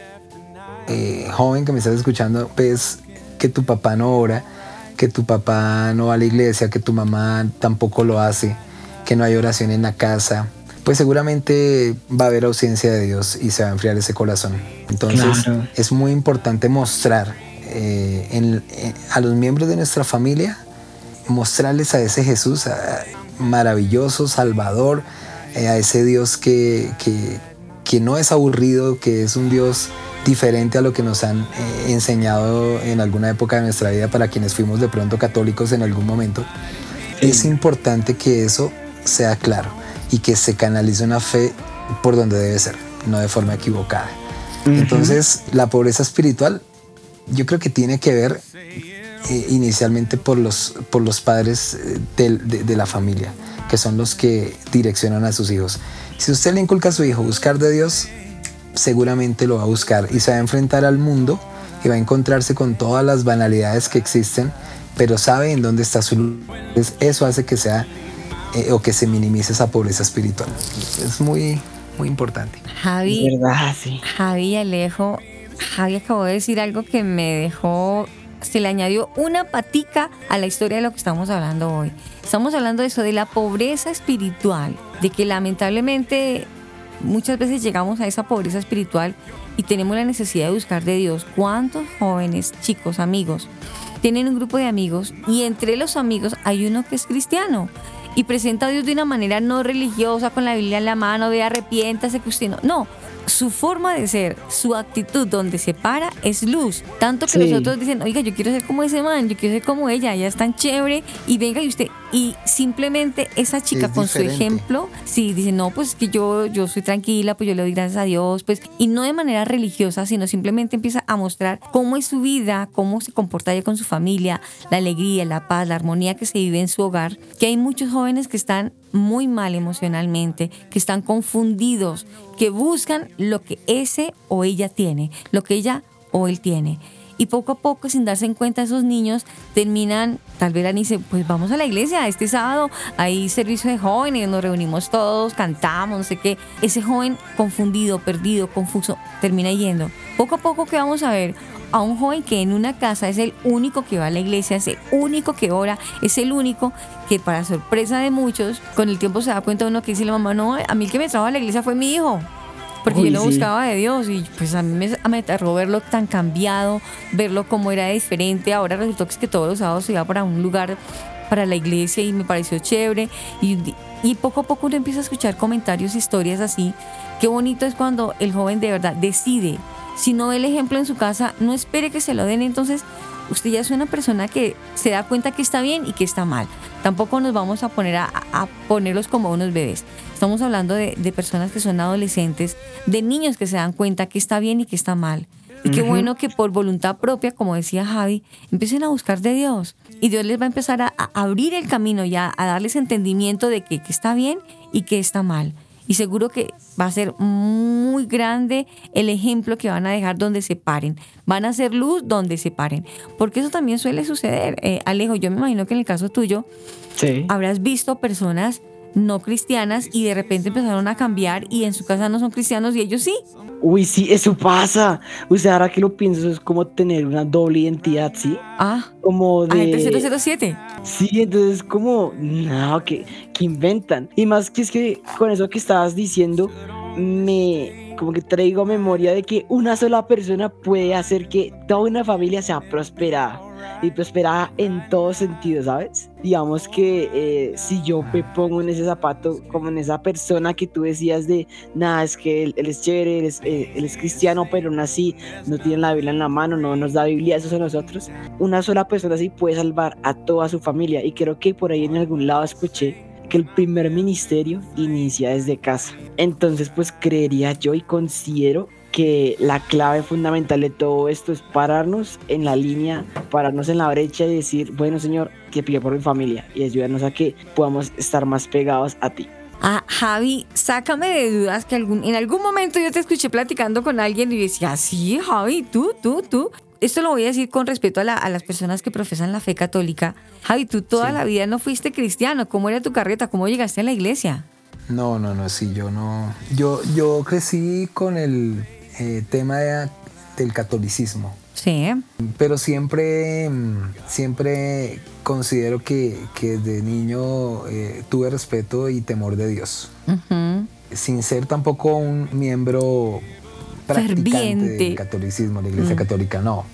eh, joven que me estás escuchando, ves que tu papá no ora, que tu papá no va a la iglesia, que tu mamá tampoco lo hace, que no hay oración en la casa, pues seguramente va a haber ausencia de Dios y se va a enfriar ese corazón. Entonces claro. es muy importante mostrar eh, en, en, a los miembros de nuestra familia, mostrarles a ese Jesús a, maravilloso, salvador, eh, a ese Dios que, que, que no es aburrido, que es un Dios diferente a lo que nos han eh, enseñado en alguna época de nuestra vida para quienes fuimos de pronto católicos en algún momento. Sí. Es importante que eso sea claro y que se canalice una fe por donde debe ser, no de forma equivocada. Uh-huh. Entonces, la pobreza espiritual yo creo que tiene que ver eh, inicialmente por los, por los padres de, de, de la familia, que son los que direccionan a sus hijos. Si usted le inculca a su hijo buscar de Dios, seguramente lo va a buscar y se va a enfrentar al mundo y va a encontrarse con todas las banalidades que existen, pero sabe en dónde está su luz. Eso hace que sea eh, o que se minimice esa pobreza espiritual. Es muy, muy importante. Javi, es verdad, sí. Javi Alejo, Javi acabó de decir algo que me dejó, se le añadió una patica a la historia de lo que estamos hablando hoy. Estamos hablando de eso, de la pobreza espiritual, de que lamentablemente muchas veces llegamos a esa pobreza espiritual y tenemos la necesidad de buscar de Dios. ¿Cuántos jóvenes, chicos, amigos, tienen un grupo de amigos y entre los amigos hay uno que es cristiano y presenta a Dios de una manera no religiosa, con la Biblia en la mano, ve, arrepiéntase que usted no? No, su forma de ser, su actitud donde se para es luz. Tanto que sí. los otros dicen, oiga, yo quiero ser como ese man, yo quiero ser como ella, ella es tan chévere, y venga y usted, y simplemente esa chica es con diferente. Su ejemplo, sí, dice, no, pues es que yo, yo soy tranquila, pues yo le doy gracias a Dios, pues, y no de manera religiosa, sino simplemente empieza a mostrar cómo es su vida, cómo se comporta ella con su familia, la alegría, la paz, la armonía que se vive en su hogar, que hay muchos jóvenes que están muy mal emocionalmente, que están confundidos, que buscan lo que ese o ella tiene, lo que ella o él tiene. Y poco a poco, sin darse en cuenta, esos niños terminan, tal vez la dice, pues vamos a la iglesia, este sábado hay servicio de jóvenes, nos reunimos todos, cantamos, no sé qué. Ese joven confundido, perdido, confuso, termina yendo. Poco a poco, ¿qué vamos a ver? A un joven que en una casa es el único que va a la iglesia, es el único que ora, es el único que, para sorpresa de muchos, con el tiempo se da cuenta uno que dice la mamá, no, a mí el que me trajo a la iglesia fue mi hijo, porque Uy, yo no sí. buscaba de Dios, y pues a mí me, me aterró verlo tan cambiado, verlo como era diferente. Ahora resultó que es que todos los sábados se iba para un lugar, para la iglesia, y me pareció chévere, y, y poco a poco uno empieza a escuchar comentarios, historias así. Qué bonito es cuando el joven de verdad decide. Si no ve el ejemplo en su casa, no espere que se lo den. Entonces usted ya es una persona que se da cuenta que está bien y que está mal. Tampoco nos vamos a poner a, a ponerlos como unos bebés. Estamos hablando de, de personas que son adolescentes, de niños que se dan cuenta que está bien y que está mal. Y qué uh-huh. bueno que por voluntad propia, como decía Javi, empiecen a buscar de Dios. Y Dios les va a empezar a, a abrir el camino ya, a darles entendimiento de que, que está bien y que está mal. Y seguro que va a ser muy grande el ejemplo que van a dejar donde se paren. Van a hacer luz donde se paren. Porque eso también suele suceder. Eh, Alejo, yo me imagino que en el caso tuyo, sí. habrás visto personas no cristianas y de repente empezaron a cambiar y en su casa no son cristianos y ellos sí. Uy, sí, eso pasa. O sea, ahora que lo pienso, es como tener una doble identidad, ¿sí? Ah, como de... Agente cero cero siete. Sí, entonces como, no, que, que inventan. Y más que es que con eso que estabas diciendo, me como que traigo a memoria de que una sola persona puede hacer que toda una familia sea prosperada. Y prosperada en todo sentido, ¿sabes? Digamos que eh, si yo me pongo en ese zapato, como en esa persona que tú decías de, nada, es que él, él es chévere, él es, eh, él es cristiano, pero aún así no tiene la Biblia en la mano, no nos da Biblia, eso son nosotros. Una sola persona así puede salvar a toda su familia. Y creo que por ahí en algún lado escuché que el primer ministerio inicia desde casa. Entonces, pues creería yo y considero que la clave fundamental de todo esto es pararnos en la línea, pararnos en la brecha y decir, bueno, Señor, te pido por mi familia y ayúdanos a que podamos estar más pegados a ti. Ah, Javi, sácame de dudas que algún, en algún momento yo te escuché platicando con alguien y decía, sí, Javi, tú, tú, tú. Esto lo voy a decir con respeto a, la, a las personas que profesan la fe católica. Javi, tú toda sí. la vida no fuiste cristiano. ¿Cómo era tu carreta? ¿Cómo llegaste a la iglesia? No, no, no, sí, yo no. Yo, yo crecí con el eh, tema de, del catolicismo. Sí. Pero siempre, siempre considero que, que de niño eh, tuve respeto y temor de Dios. Uh-huh. Sin ser tampoco un miembro practicante ferviente del catolicismo, la iglesia mm. católica, no.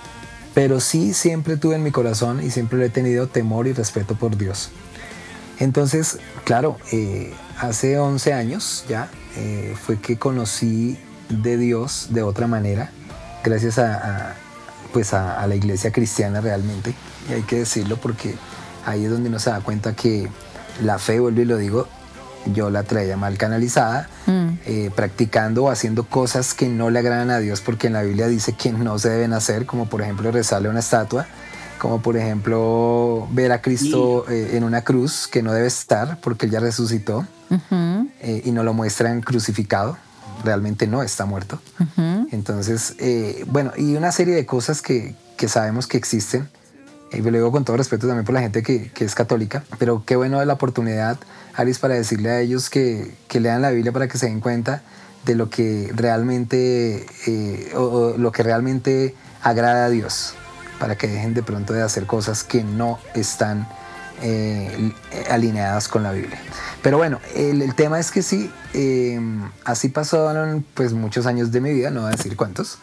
Pero sí siempre tuve en mi corazón y siempre lo he tenido temor y respeto por Dios. Entonces, claro, eh, hace once años ya eh, fue que conocí de Dios de otra manera, gracias a, a, pues a, a la iglesia cristiana realmente, y hay que decirlo porque ahí es donde uno se da cuenta que la fe, vuelvo y lo digo, yo la traía mal canalizada, mm. eh, practicando o haciendo cosas que no le agradan a Dios, porque en la Biblia dice que no se deben hacer, como por ejemplo rezarle a una estatua, como por ejemplo ver a Cristo sí. eh, en una cruz que no debe estar porque Él ya resucitó, uh-huh. eh, y no lo muestran crucificado, realmente no está muerto. Uh-huh. Entonces, eh, bueno, y una serie de cosas que, que sabemos que existen, y lo digo con todo respeto también por la gente que, que es católica, pero qué bueno la oportunidad, Aris, para decirle a ellos que, que lean la Biblia para que se den cuenta de lo que realmente, eh, o, o lo que realmente agrada a Dios, para que dejen de pronto de hacer cosas que no están eh, alineadas con la Biblia. Pero bueno, el, el tema es que sí, eh, así pasaron pues muchos años de mi vida, no voy a decir cuántos.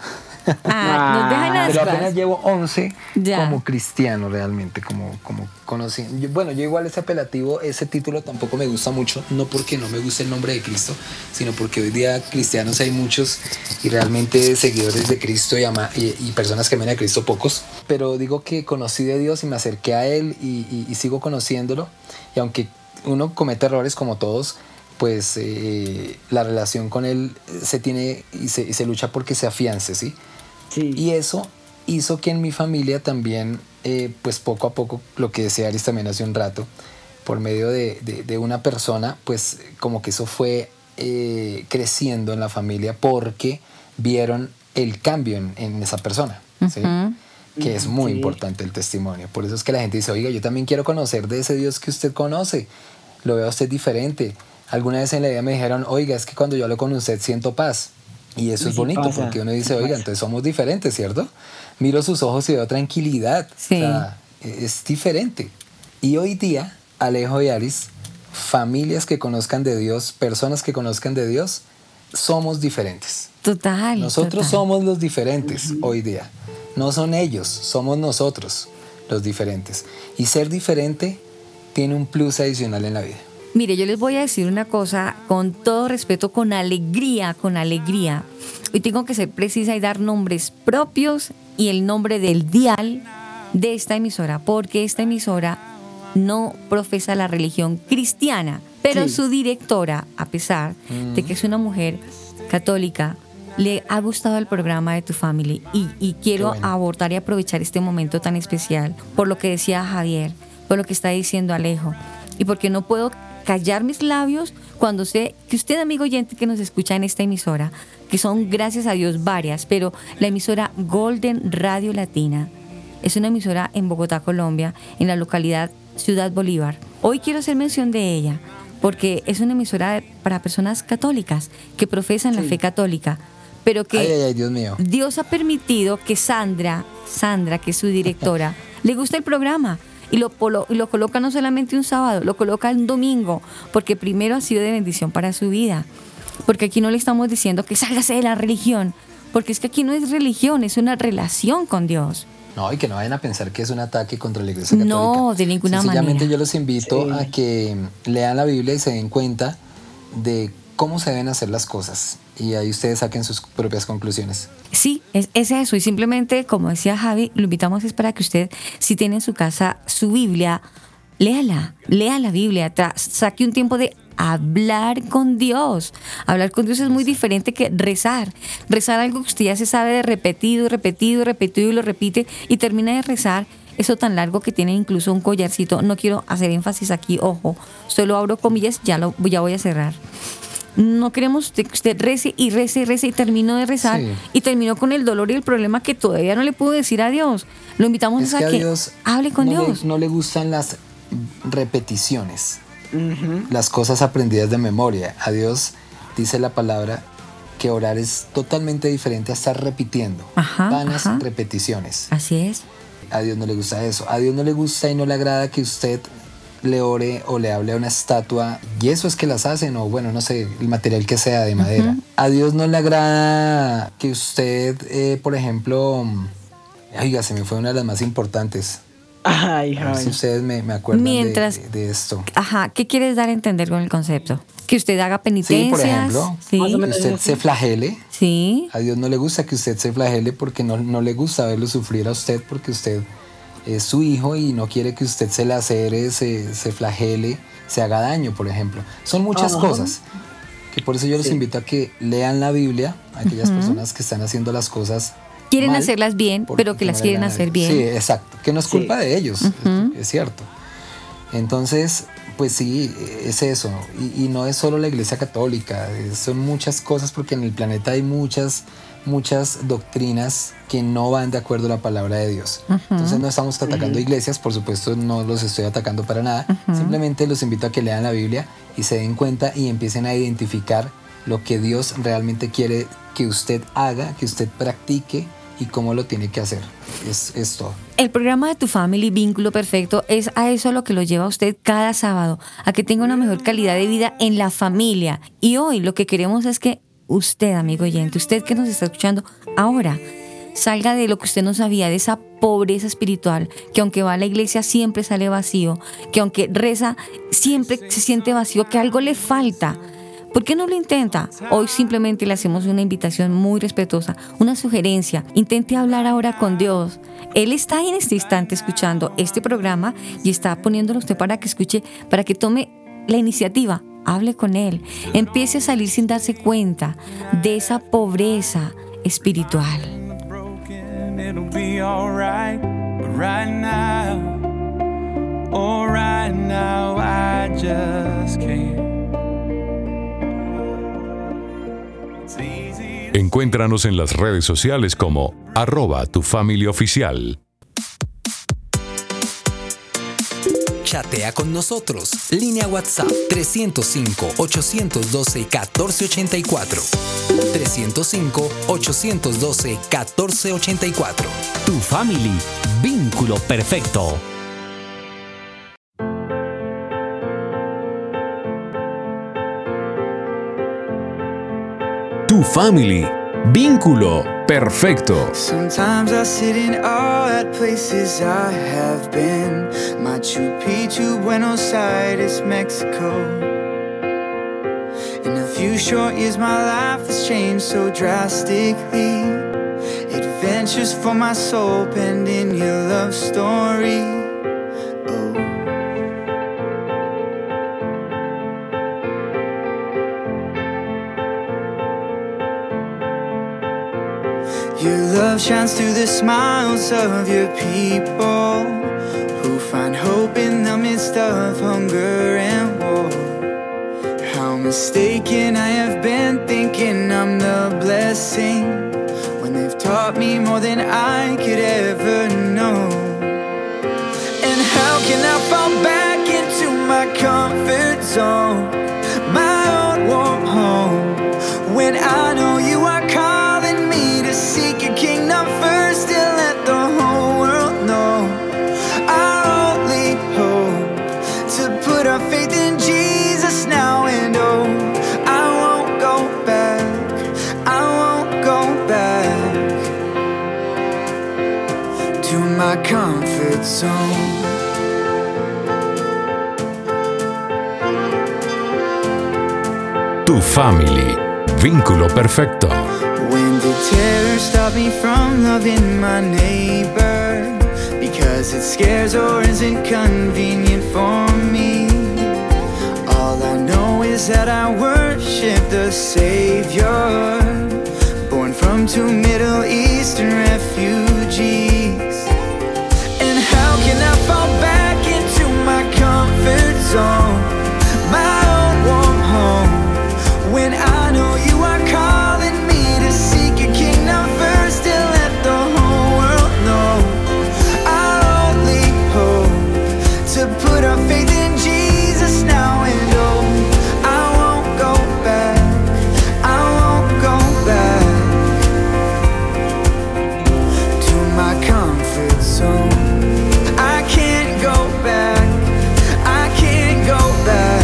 Ah, nos dejan las Pero apenas llevo once ya. como cristiano realmente, como, como conociendo. Yo, bueno, yo igual ese apelativo, ese título tampoco me gusta mucho, no porque no me guste el nombre de Cristo, sino porque hoy día cristianos hay muchos y realmente seguidores de Cristo y, ama, y, y personas que aman a Cristo pocos. Pero digo que conocí de Dios y me acerqué a Él y, y, y sigo conociéndolo. Y aunque uno comete errores como todos, pues eh, la relación con Él se tiene y se, y se lucha porque se afiance, ¿sí? Sí. Y eso hizo que en mi familia también, eh, pues poco a poco, lo que decía Aris también hace un rato, por medio de, de, de una persona, pues como que eso fue eh, creciendo en la familia porque vieron el cambio en, en esa persona, ¿sí? Uh-huh. Que es muy sí. importante el testimonio. Por eso es que la gente dice, oiga, yo también quiero conocer de ese Dios que usted conoce, lo veo a usted diferente. Alguna vez en la vida me dijeron, oiga, es que cuando yo hablo con usted siento paz. Y eso sí, es bonito pasa. Porque uno dice, oiga, entonces somos diferentes, ¿cierto? Miro sus ojos y veo tranquilidad. Sí. O sea, es diferente. Y hoy día, Alejo y Aris, familias que conozcan de Dios, personas que conozcan de Dios, somos diferentes. Total. Nosotros total. somos los diferentes uh-huh. hoy día. No son ellos, somos nosotros los diferentes. Y ser diferente tiene un plus adicional en la vida. Mire, yo les voy a decir una cosa con todo respeto, con alegría, con alegría. Hoy tengo que ser precisa y dar nombres propios y el nombre del dial de esta emisora, porque esta emisora no profesa la religión cristiana, pero sí. su directora, a pesar mm. de que es una mujer católica, le ha gustado el programa de Tu Family y, y quiero bueno. abordar y aprovechar este momento tan especial por lo que decía Javier, por lo que está diciendo Alejo y porque no puedo callar mis labios cuando sé que usted, amigo oyente que nos escucha en esta emisora, que son gracias a Dios varias, pero la emisora Golden Radio Latina es una emisora en Bogotá, Colombia, en la localidad Ciudad Bolívar. Hoy quiero hacer mención de ella porque es una emisora de- para personas católicas que profesan la Sí. fe católica, pero que Ay, ay, ay, Dios mío. Dios ha permitido que Sandra, Sandra, que es su directora, le guste el programa y lo, polo- y lo coloca no solamente un sábado, lo coloca un domingo, porque primero ha sido de bendición para su vida. Porque aquí no le estamos diciendo que sálgase de la religión, porque es que aquí no es religión, es una relación con Dios. No, y que no vayan a pensar que es un ataque contra la Iglesia Católica. No, de ninguna Sencillamente manera. yo los invito Sí. a que lean la Biblia y se den cuenta de cómo se deben hacer las cosas. Y ahí ustedes saquen sus propias conclusiones. Sí, es, es eso. Y simplemente, como decía Javi, lo invitamos es para que usted, si tiene en su casa su Biblia, léala, lea la Biblia, tra- saque un tiempo de hablar con Dios. Hablar con Dios es muy diferente que rezar. Rezar algo que usted ya se sabe de repetido, repetido, repetido y lo repite y termina de rezar eso tan largo que tiene incluso un collarcito. No quiero hacer énfasis aquí, ojo, solo abro comillas, ya, lo, ya voy a cerrar. No queremos que usted rece y rece y rece y terminó de rezar Sí. y terminó con el dolor y el problema que todavía no le pudo decir a Dios. Lo invitamos Es a que a que Dios hable con no Dios. Le, no le gustan las repeticiones, Ujú. las cosas aprendidas de memoria. A Dios dice la palabra que orar es totalmente diferente a estar repitiendo. Ajá, Vanas ajá. repeticiones. Así es. A Dios no le gusta eso. A Dios no le gusta y no le agrada que usted le ore o le hable a una estatua. Y eso es que las hacen, o bueno, no sé, el material que sea de madera. A Dios no le agrada que usted, eh, por ejemplo, oiga, se me fue una de las más importantes. Ay, A ver si Javi. ustedes me, me acuerdan de- Mientras- de, de esto. Ajá, ¿qué quieres dar a entender con el concepto? Que usted haga Sí, penitencias. por ejemplo, Sí, Más o que menos. usted se flagele. sí. A Dios no le gusta que usted se flagele porque no, no le gusta verlo sufrir a usted porque usted es su hijo y no quiere que usted se lacere, se, se flagele, se haga daño, por ejemplo. Son muchas Ajá. cosas que por eso yo los Sí. invito a que lean la Biblia, a aquellas personas que están haciendo las cosas Quieren mal, hacerlas bien, porque pero que no las le quieren agradan a hacer Dios. bien. Sí, exacto, que no es Sí. culpa de ellos, Ujú. es cierto. Entonces, pues sí, es eso. Y, y no es solo la Iglesia Católica, eh, son muchas cosas porque en el planeta hay muchas, muchas doctrinas que no van de acuerdo a la palabra de Dios. Entonces no estamos atacando iglesias, por supuesto no los estoy atacando para nada. Simplemente los invito a que lean la Biblia y se den cuenta y empiecen a identificar lo que Dios realmente quiere que usted haga, que usted practique y cómo lo tiene que hacer. Es, es todo. El programa de Tu Family Vínculo Perfecto es a eso a lo que lo lleva a usted cada sábado, a que tenga una mejor calidad de vida en la familia. Y hoy lo que queremos es que usted, amigo oyente, usted que nos está escuchando ahora, salga de lo que usted no sabía, de esa pobreza espiritual, que aunque va a la iglesia siempre sale vacío, que aunque reza siempre se siente vacío, que algo le falta. ¿Por qué no lo intenta? Hoy simplemente le hacemos una invitación muy respetuosa, una sugerencia. Intente hablar ahora con Dios. Él está ahí en este instante escuchando este programa y está poniéndolo a usted para que escuche, para que tome la iniciativa. Hable con Él. Empiece a salir sin darse cuenta de esa pobreza espiritual. It'll be alright, but right now, oh, right now, I just can't. It's easy. Encuéntranos en las redes sociales como arroba tu familia oficial. Chatea con nosotros. Línea WhatsApp tres cero cinco, ocho uno dos, uno cuatro ocho cuatro. tres cero cinco, ocho uno dos, uno cuatro ocho cuatro. Tu Family, vínculo perfecto. Tu Family, vínculo perfecto. Sometimes I sit in awe at places I have been. Machu Picchu, Buenos Aires, Mexico. In a few short years my life has changed so drastically. Adventures for my soul penned in your love story. Oh. Your love shines through the smiles of your people who find hope in the midst of hunger and war. How mistaken I have been thinking I'm the blessing when they've taught me more than I could ever know. And how can I fall back into my comfort zone, my own warm home. When I know you are calling me to seek your kingdom first and let the whole world know our only hope, to put our faith in Jesus now and oh, I won't go back, I won't go back to my comfort zone. Tu family, vínculo perfecto. When did terror stop me from loving my neighbor? Because it scares or isn't convenient for me. All I know is that I worship the Savior, born from two Middle Eastern refugees. And how can I fall back into my comfort zone, my own warm home, when I know you are calling me to seek your kingdom first and let the whole world know our only hope, to put our faith in Jesus now and oh, I won't go back, I won't go back to my comfort zone. I can't go back, I can't go back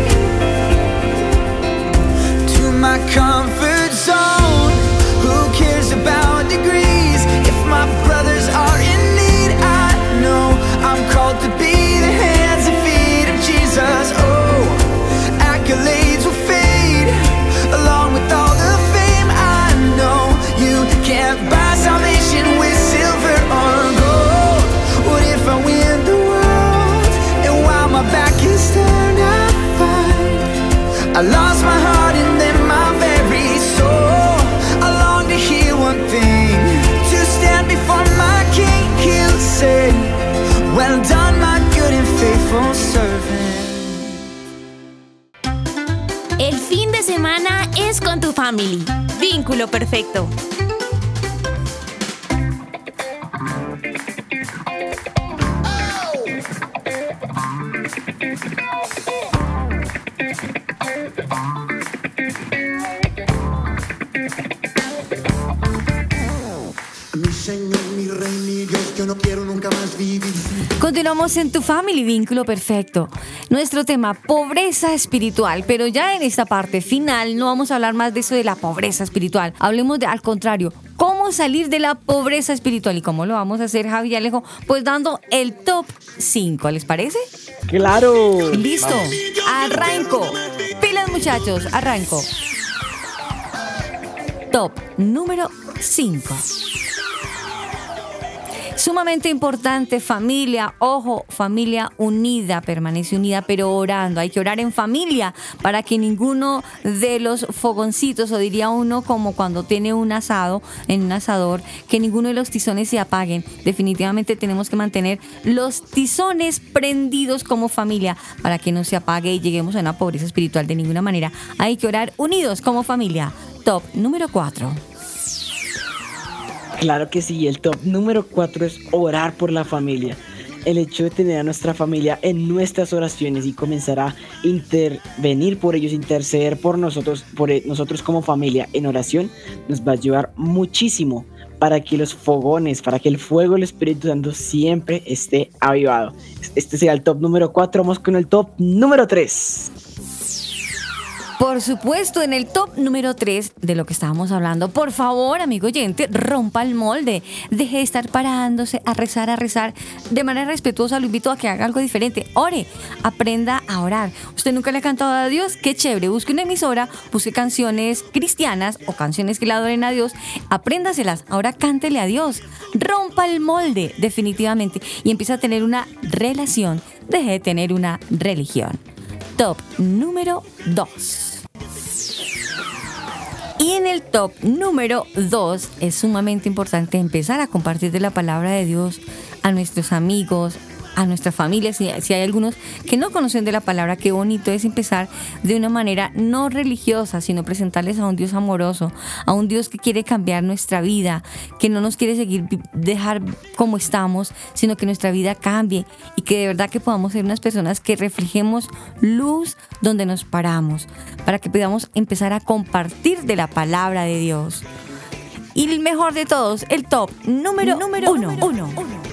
my comfort zone. Who cares about degrees if my brothers are in need? I know I'm called to be the hands and feet of Jesus. Oh, accolades will fade along with all the fame. I know you can't buy salvation with silver or gold. What if I win the world and while my back is turned I find I lost my heart and then my very soul? I long to hear one thing, to stand before my King. He'll say, well done, my good and faithful servant. El fin de semana es con tu family. Vínculo perfecto. Continuamos en Tu Family, Vínculo Perfecto. Nuestro tema, pobreza espiritual. Pero ya en esta parte final no vamos a hablar más de eso de la pobreza espiritual. Hablemos de, al contrario, cómo salir de la pobreza espiritual. ¿Y cómo lo vamos a hacer, Javi y Alejo? Pues dando el top cinco, ¿les parece? ¡Claro! Listo, arranco. Pilas, muchachos, arranco. Top número cinco. Sumamente importante, familia, ojo, familia unida, permanece unida, pero orando. Hay que orar en familia para que ninguno de los fogoncitos, o diría uno como cuando tiene un asado, en un asador, que ninguno de los tizones se apaguen. Definitivamente tenemos que mantener los tizones prendidos como familia para que no se apague y lleguemos a una pobreza espiritual de ninguna manera. Hay que orar unidos como familia. Top número cuatro. Claro que sí, el top número cuatro es orar por la familia. El hecho de tener a nuestra familia en nuestras oraciones y comenzar a intervenir por ellos, interceder por nosotros, por nosotros como familia en oración, nos va a ayudar muchísimo para que los fogones, para que el fuego del Espíritu Santo siempre esté avivado. Este será el top número cuatro, vamos con el top número tres. Por supuesto, en el top número tres de lo que estábamos hablando, por favor, amigo oyente, rompa el molde. Deje de estar parándose a rezar, a rezar. De manera respetuosa, lo invito a que haga algo diferente. Ore, aprenda a orar. ¿Usted nunca le ha cantado a Dios? ¡Qué chévere! Busque una emisora, busque canciones cristianas o canciones que le adoren a Dios. Apréndaselas. Ahora cántele a Dios. Rompa el molde, definitivamente. Y empieza a tener una relación. Deje de tener una religión. Top número dos. Y en el top número dos es sumamente importante empezar a compartir de la palabra de Dios a nuestros amigos, a nuestra familia, si, si hay algunos que no conocen de la palabra, qué bonito es empezar de una manera no religiosa, sino presentarles a un Dios amoroso, a un Dios que quiere cambiar nuestra vida, que no nos quiere seguir, dejar como estamos, sino que nuestra vida cambie y que de verdad que podamos ser unas personas que reflejemos luz donde nos paramos, para que podamos empezar a compartir de la palabra de Dios. Y el mejor de todos, el top número, número uno. uno.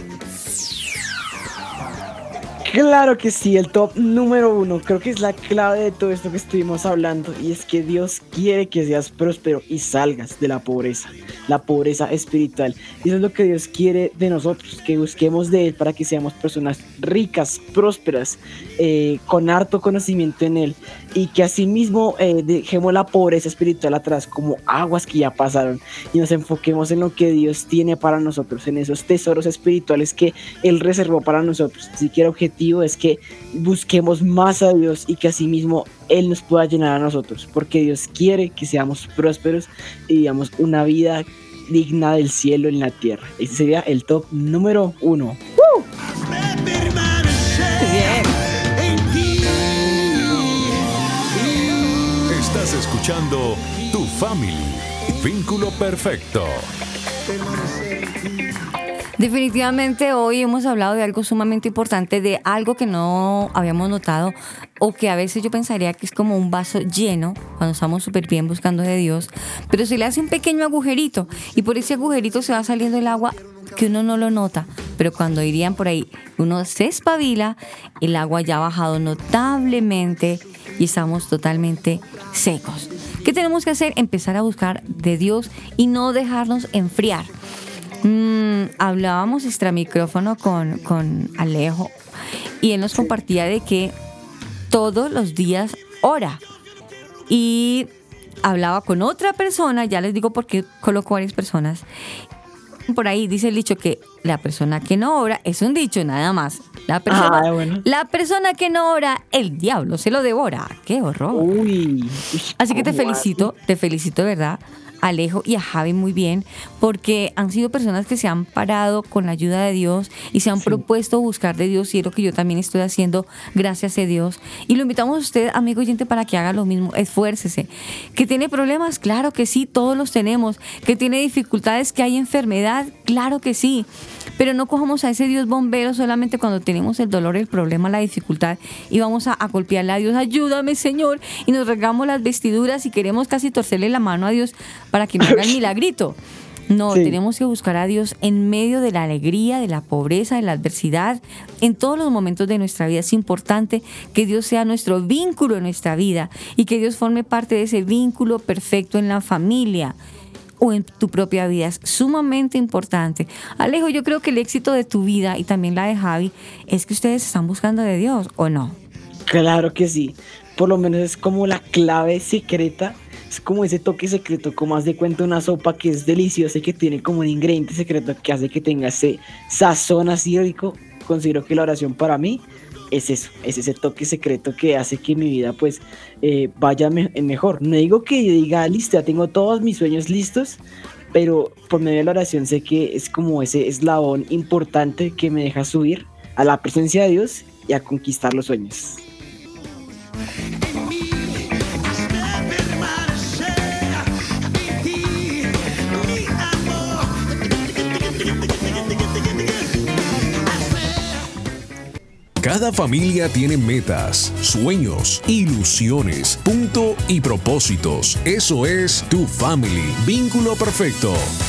Claro que sí, el top número uno. Creo que es la clave de todo esto que estuvimos hablando. Y es que Dios quiere que seas próspero y salgas de la pobreza. La pobreza espiritual. Y eso es lo que Dios quiere de nosotros. Que busquemos de Él para que seamos personas ricas, prósperas, eh, con harto conocimiento en Él. Y que asimismo eh, dejemos la pobreza espiritual atrás como aguas que ya pasaron. Y nos enfoquemos en lo que Dios tiene para nosotros. En esos tesoros espirituales que Él reservó para nosotros. Así que el objetivo es que busquemos más a Dios y que asimismo Él nos pueda llenar a nosotros, porque Dios quiere que seamos prósperos y vivamos una vida digna del cielo en la tierra. Ese sería el top número uno. ¡Uh! Bien. Estás escuchando Tu Family, Vínculo Perfecto. Definitivamente hoy hemos hablado de algo sumamente importante, de algo que no habíamos notado o que a veces yo pensaría que es como un vaso lleno cuando estamos súper bien buscando de Dios, pero se le hace un pequeño agujerito y por ese agujerito se va saliendo el agua que uno no lo nota, pero cuando irían por ahí uno se espabila, el agua ya ha bajado notablemente y estamos totalmente secos. ¿Qué tenemos que hacer? Empezar a buscar de Dios y no dejarnos enfriar. Mm, hablábamos extra micrófono con, con Alejo y él nos compartía de que todos los días ora y hablaba con otra persona, ya les digo por qué coloco varias personas. Por ahí dice el dicho que la persona que no ora, es un dicho nada más, la persona, ah, bueno. la persona que no ora, el diablo se lo devora. ¡Qué horror! Uy, así que te felicito, te felicito de verdad, Alejo y a Javi, muy bien, porque han sido personas que se han parado con la ayuda de Dios y se han sí. propuesto buscar de Dios, y es lo que yo también estoy haciendo, gracias a Dios. Y lo invitamos a usted, amigo oyente, para que haga lo mismo, esfuércese. ¿Que tiene problemas? Claro que sí, todos los tenemos. ¿Que tiene dificultades? ¿Que hay enfermedad? Claro que sí. Pero no cojamos a ese Dios bombero solamente cuando tenemos el dolor, el problema, la dificultad y vamos a, a golpearle a Dios, ayúdame Señor, y nos regamos las vestiduras y queremos casi torcerle la mano a Dios para que me haga el milagrito. No, sí. tenemos que buscar a Dios en medio de la alegría, de la pobreza, de la adversidad, en todos los momentos de nuestra vida. Es importante que Dios sea nuestro vínculo en nuestra vida y que Dios forme parte de ese vínculo perfecto en la familia o en tu propia vida. Es sumamente importante. Alejo, yo creo que el éxito de tu vida y también la de Javi es que ustedes están buscando de Dios, ¿o no? Claro que sí. Por lo menos es como la clave secreta. Es como ese toque secreto, como haz de cuenta una sopa que es deliciosa y que tiene como un ingrediente secreto que hace que tenga ese sazón así rico. Considero que la oración para mí es eso, es ese toque secreto que hace que mi vida pues eh, vaya me- mejor. No digo que yo diga, listo, ya tengo todos mis sueños listos, pero por medio de la oración sé que es como ese eslabón importante que me deja subir a la presencia de Dios y a conquistar los sueños. Cada familia tiene metas, sueños, ilusiones, punto y propósitos. Eso es Tu Family, Vínculo Perfecto.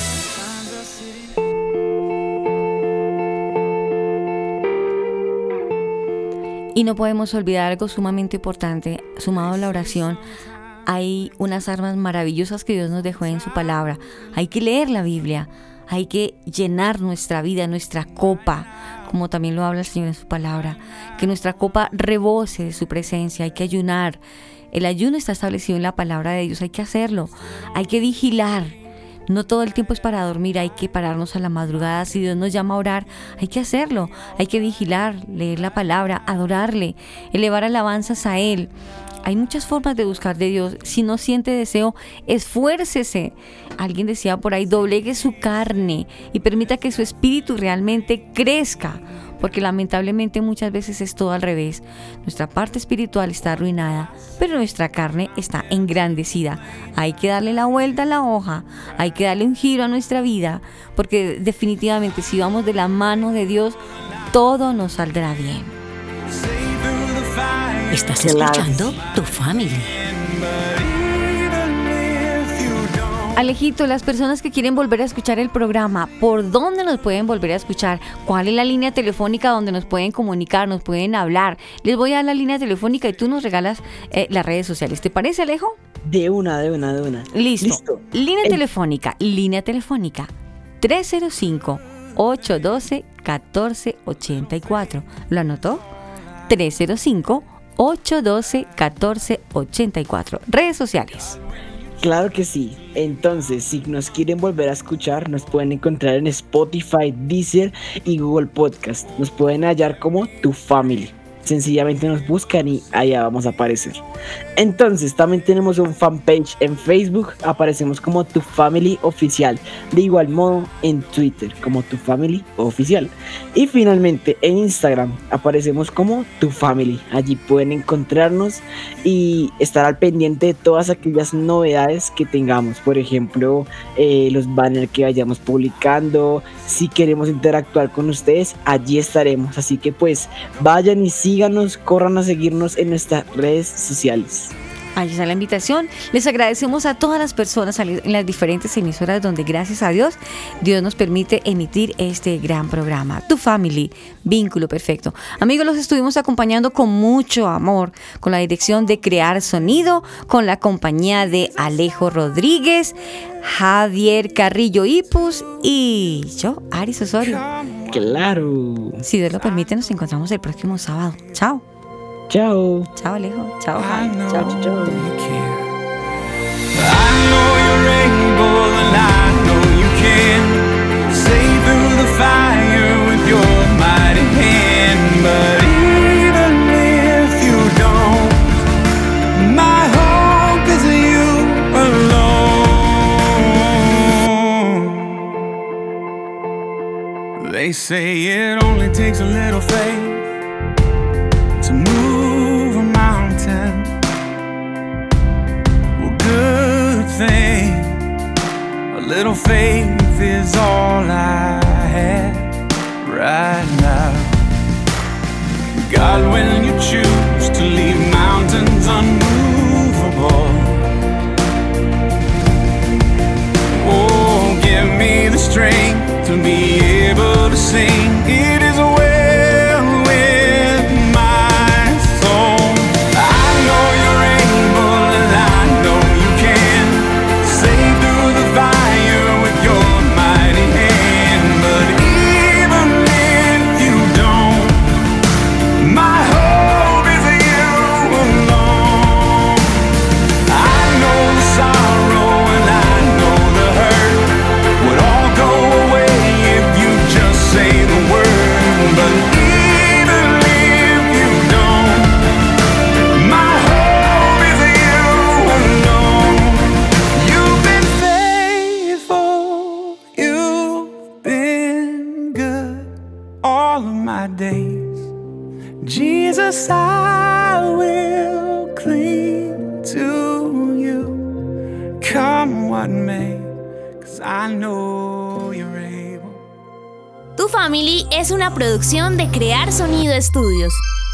Y no podemos olvidar algo sumamente importante, sumado a la oración. Hay unas armas maravillosas que Dios nos dejó en su palabra. Hay que leer la Biblia. Hay que llenar nuestra vida, nuestra copa, como también lo habla el Señor en su palabra, que nuestra copa rebose de su presencia. Hay que ayunar. El ayuno está establecido en la palabra de Dios, hay que hacerlo. Hay que vigilar. No todo el tiempo es para dormir, hay que pararnos a la madrugada. Si Dios nos llama a orar, hay que hacerlo. Hay que vigilar, leer la palabra, adorarle, elevar alabanzas a Él. Hay muchas formas de buscar de Dios. Si no siente deseo, esfuércese. Alguien decía por ahí, doblegue su carne y permita que su espíritu realmente crezca. Porque lamentablemente muchas veces es todo al revés. Nuestra parte espiritual está arruinada, pero nuestra carne está engrandecida. Hay que darle la vuelta a la hoja, hay que darle un giro a nuestra vida, porque definitivamente si vamos de la mano de Dios, todo nos saldrá bien. Estás escuchando Tu Family. Alejito, las personas que quieren volver a escuchar el programa, ¿por dónde nos pueden volver a escuchar? ¿Cuál es la línea telefónica donde nos pueden comunicar, nos pueden hablar? Les voy a dar la línea telefónica y tú nos regalas eh, las redes sociales. ¿Te parece, Alejo? De una, de una, de una. Listo. Listo. Línea El... telefónica, línea telefónica tres cero cinco, ocho uno dos, uno cuatro ocho cuatro. ¿Lo anotó? tres cero cinco, ocho uno dos, uno cuatro ocho cuatro. Redes sociales. Claro que sí. Entonces, si nos quieren volver a escuchar, nos pueden encontrar en Spotify, Deezer y Google Podcast. Nos pueden hallar como Tu Family. Sencillamente nos buscan y allá vamos a aparecer. Entonces, también tenemos un fanpage en Facebook. Aparecemos como Tu Family Oficial. De igual modo, en Twitter como Tu Family Oficial. Y finalmente, en Instagram aparecemos como Tu Family. Allí pueden encontrarnos y estar al pendiente de todas aquellas novedades que tengamos. Por ejemplo, eh, los banners que vayamos publicando. Si queremos interactuar con ustedes, allí estaremos. Así que pues, vayan y síganos, corran a seguirnos en nuestras redes sociales. Ahí está la invitación. Les agradecemos a todas las personas en las diferentes emisoras donde, gracias a Dios, Dios nos permite emitir este gran programa. Tu Family, Vínculo Perfecto. Amigos, los estuvimos acompañando con mucho amor, con la dirección de Crear Sonido, con la compañía de Alejo Rodríguez, Javier Carrillo Ipus y yo, Aris Osorio. Claro. Si Dios lo permite, nos encontramos el próximo sábado. Chao. Chao. Chao, Alejo. Chao, Javi. Chao, chao, chao. I know you're able and I know you can save through the fire with your mighty hand. But even if you don't, my hope is you alone. They say it only takes a little faith to move a mountain. Well, good thing, a little faith is all I have right now. God, when you choose to leave mountains unmovable, oh, give me the strength to be able to sing. It is well with my soul. I know you're able and I know you can save through the fire with your mighty hand. But even if you don't, my hope is you alone. I know the sorrow and I know the hurt would all go away if you just say the word. But even if you don't, my hope is you alone. You've been faithful, you've been good all of my days. Jesus, I will cling to you, come what may, 'cause I know you're able. Tu Family es una producción de Crear Sonido Estudios.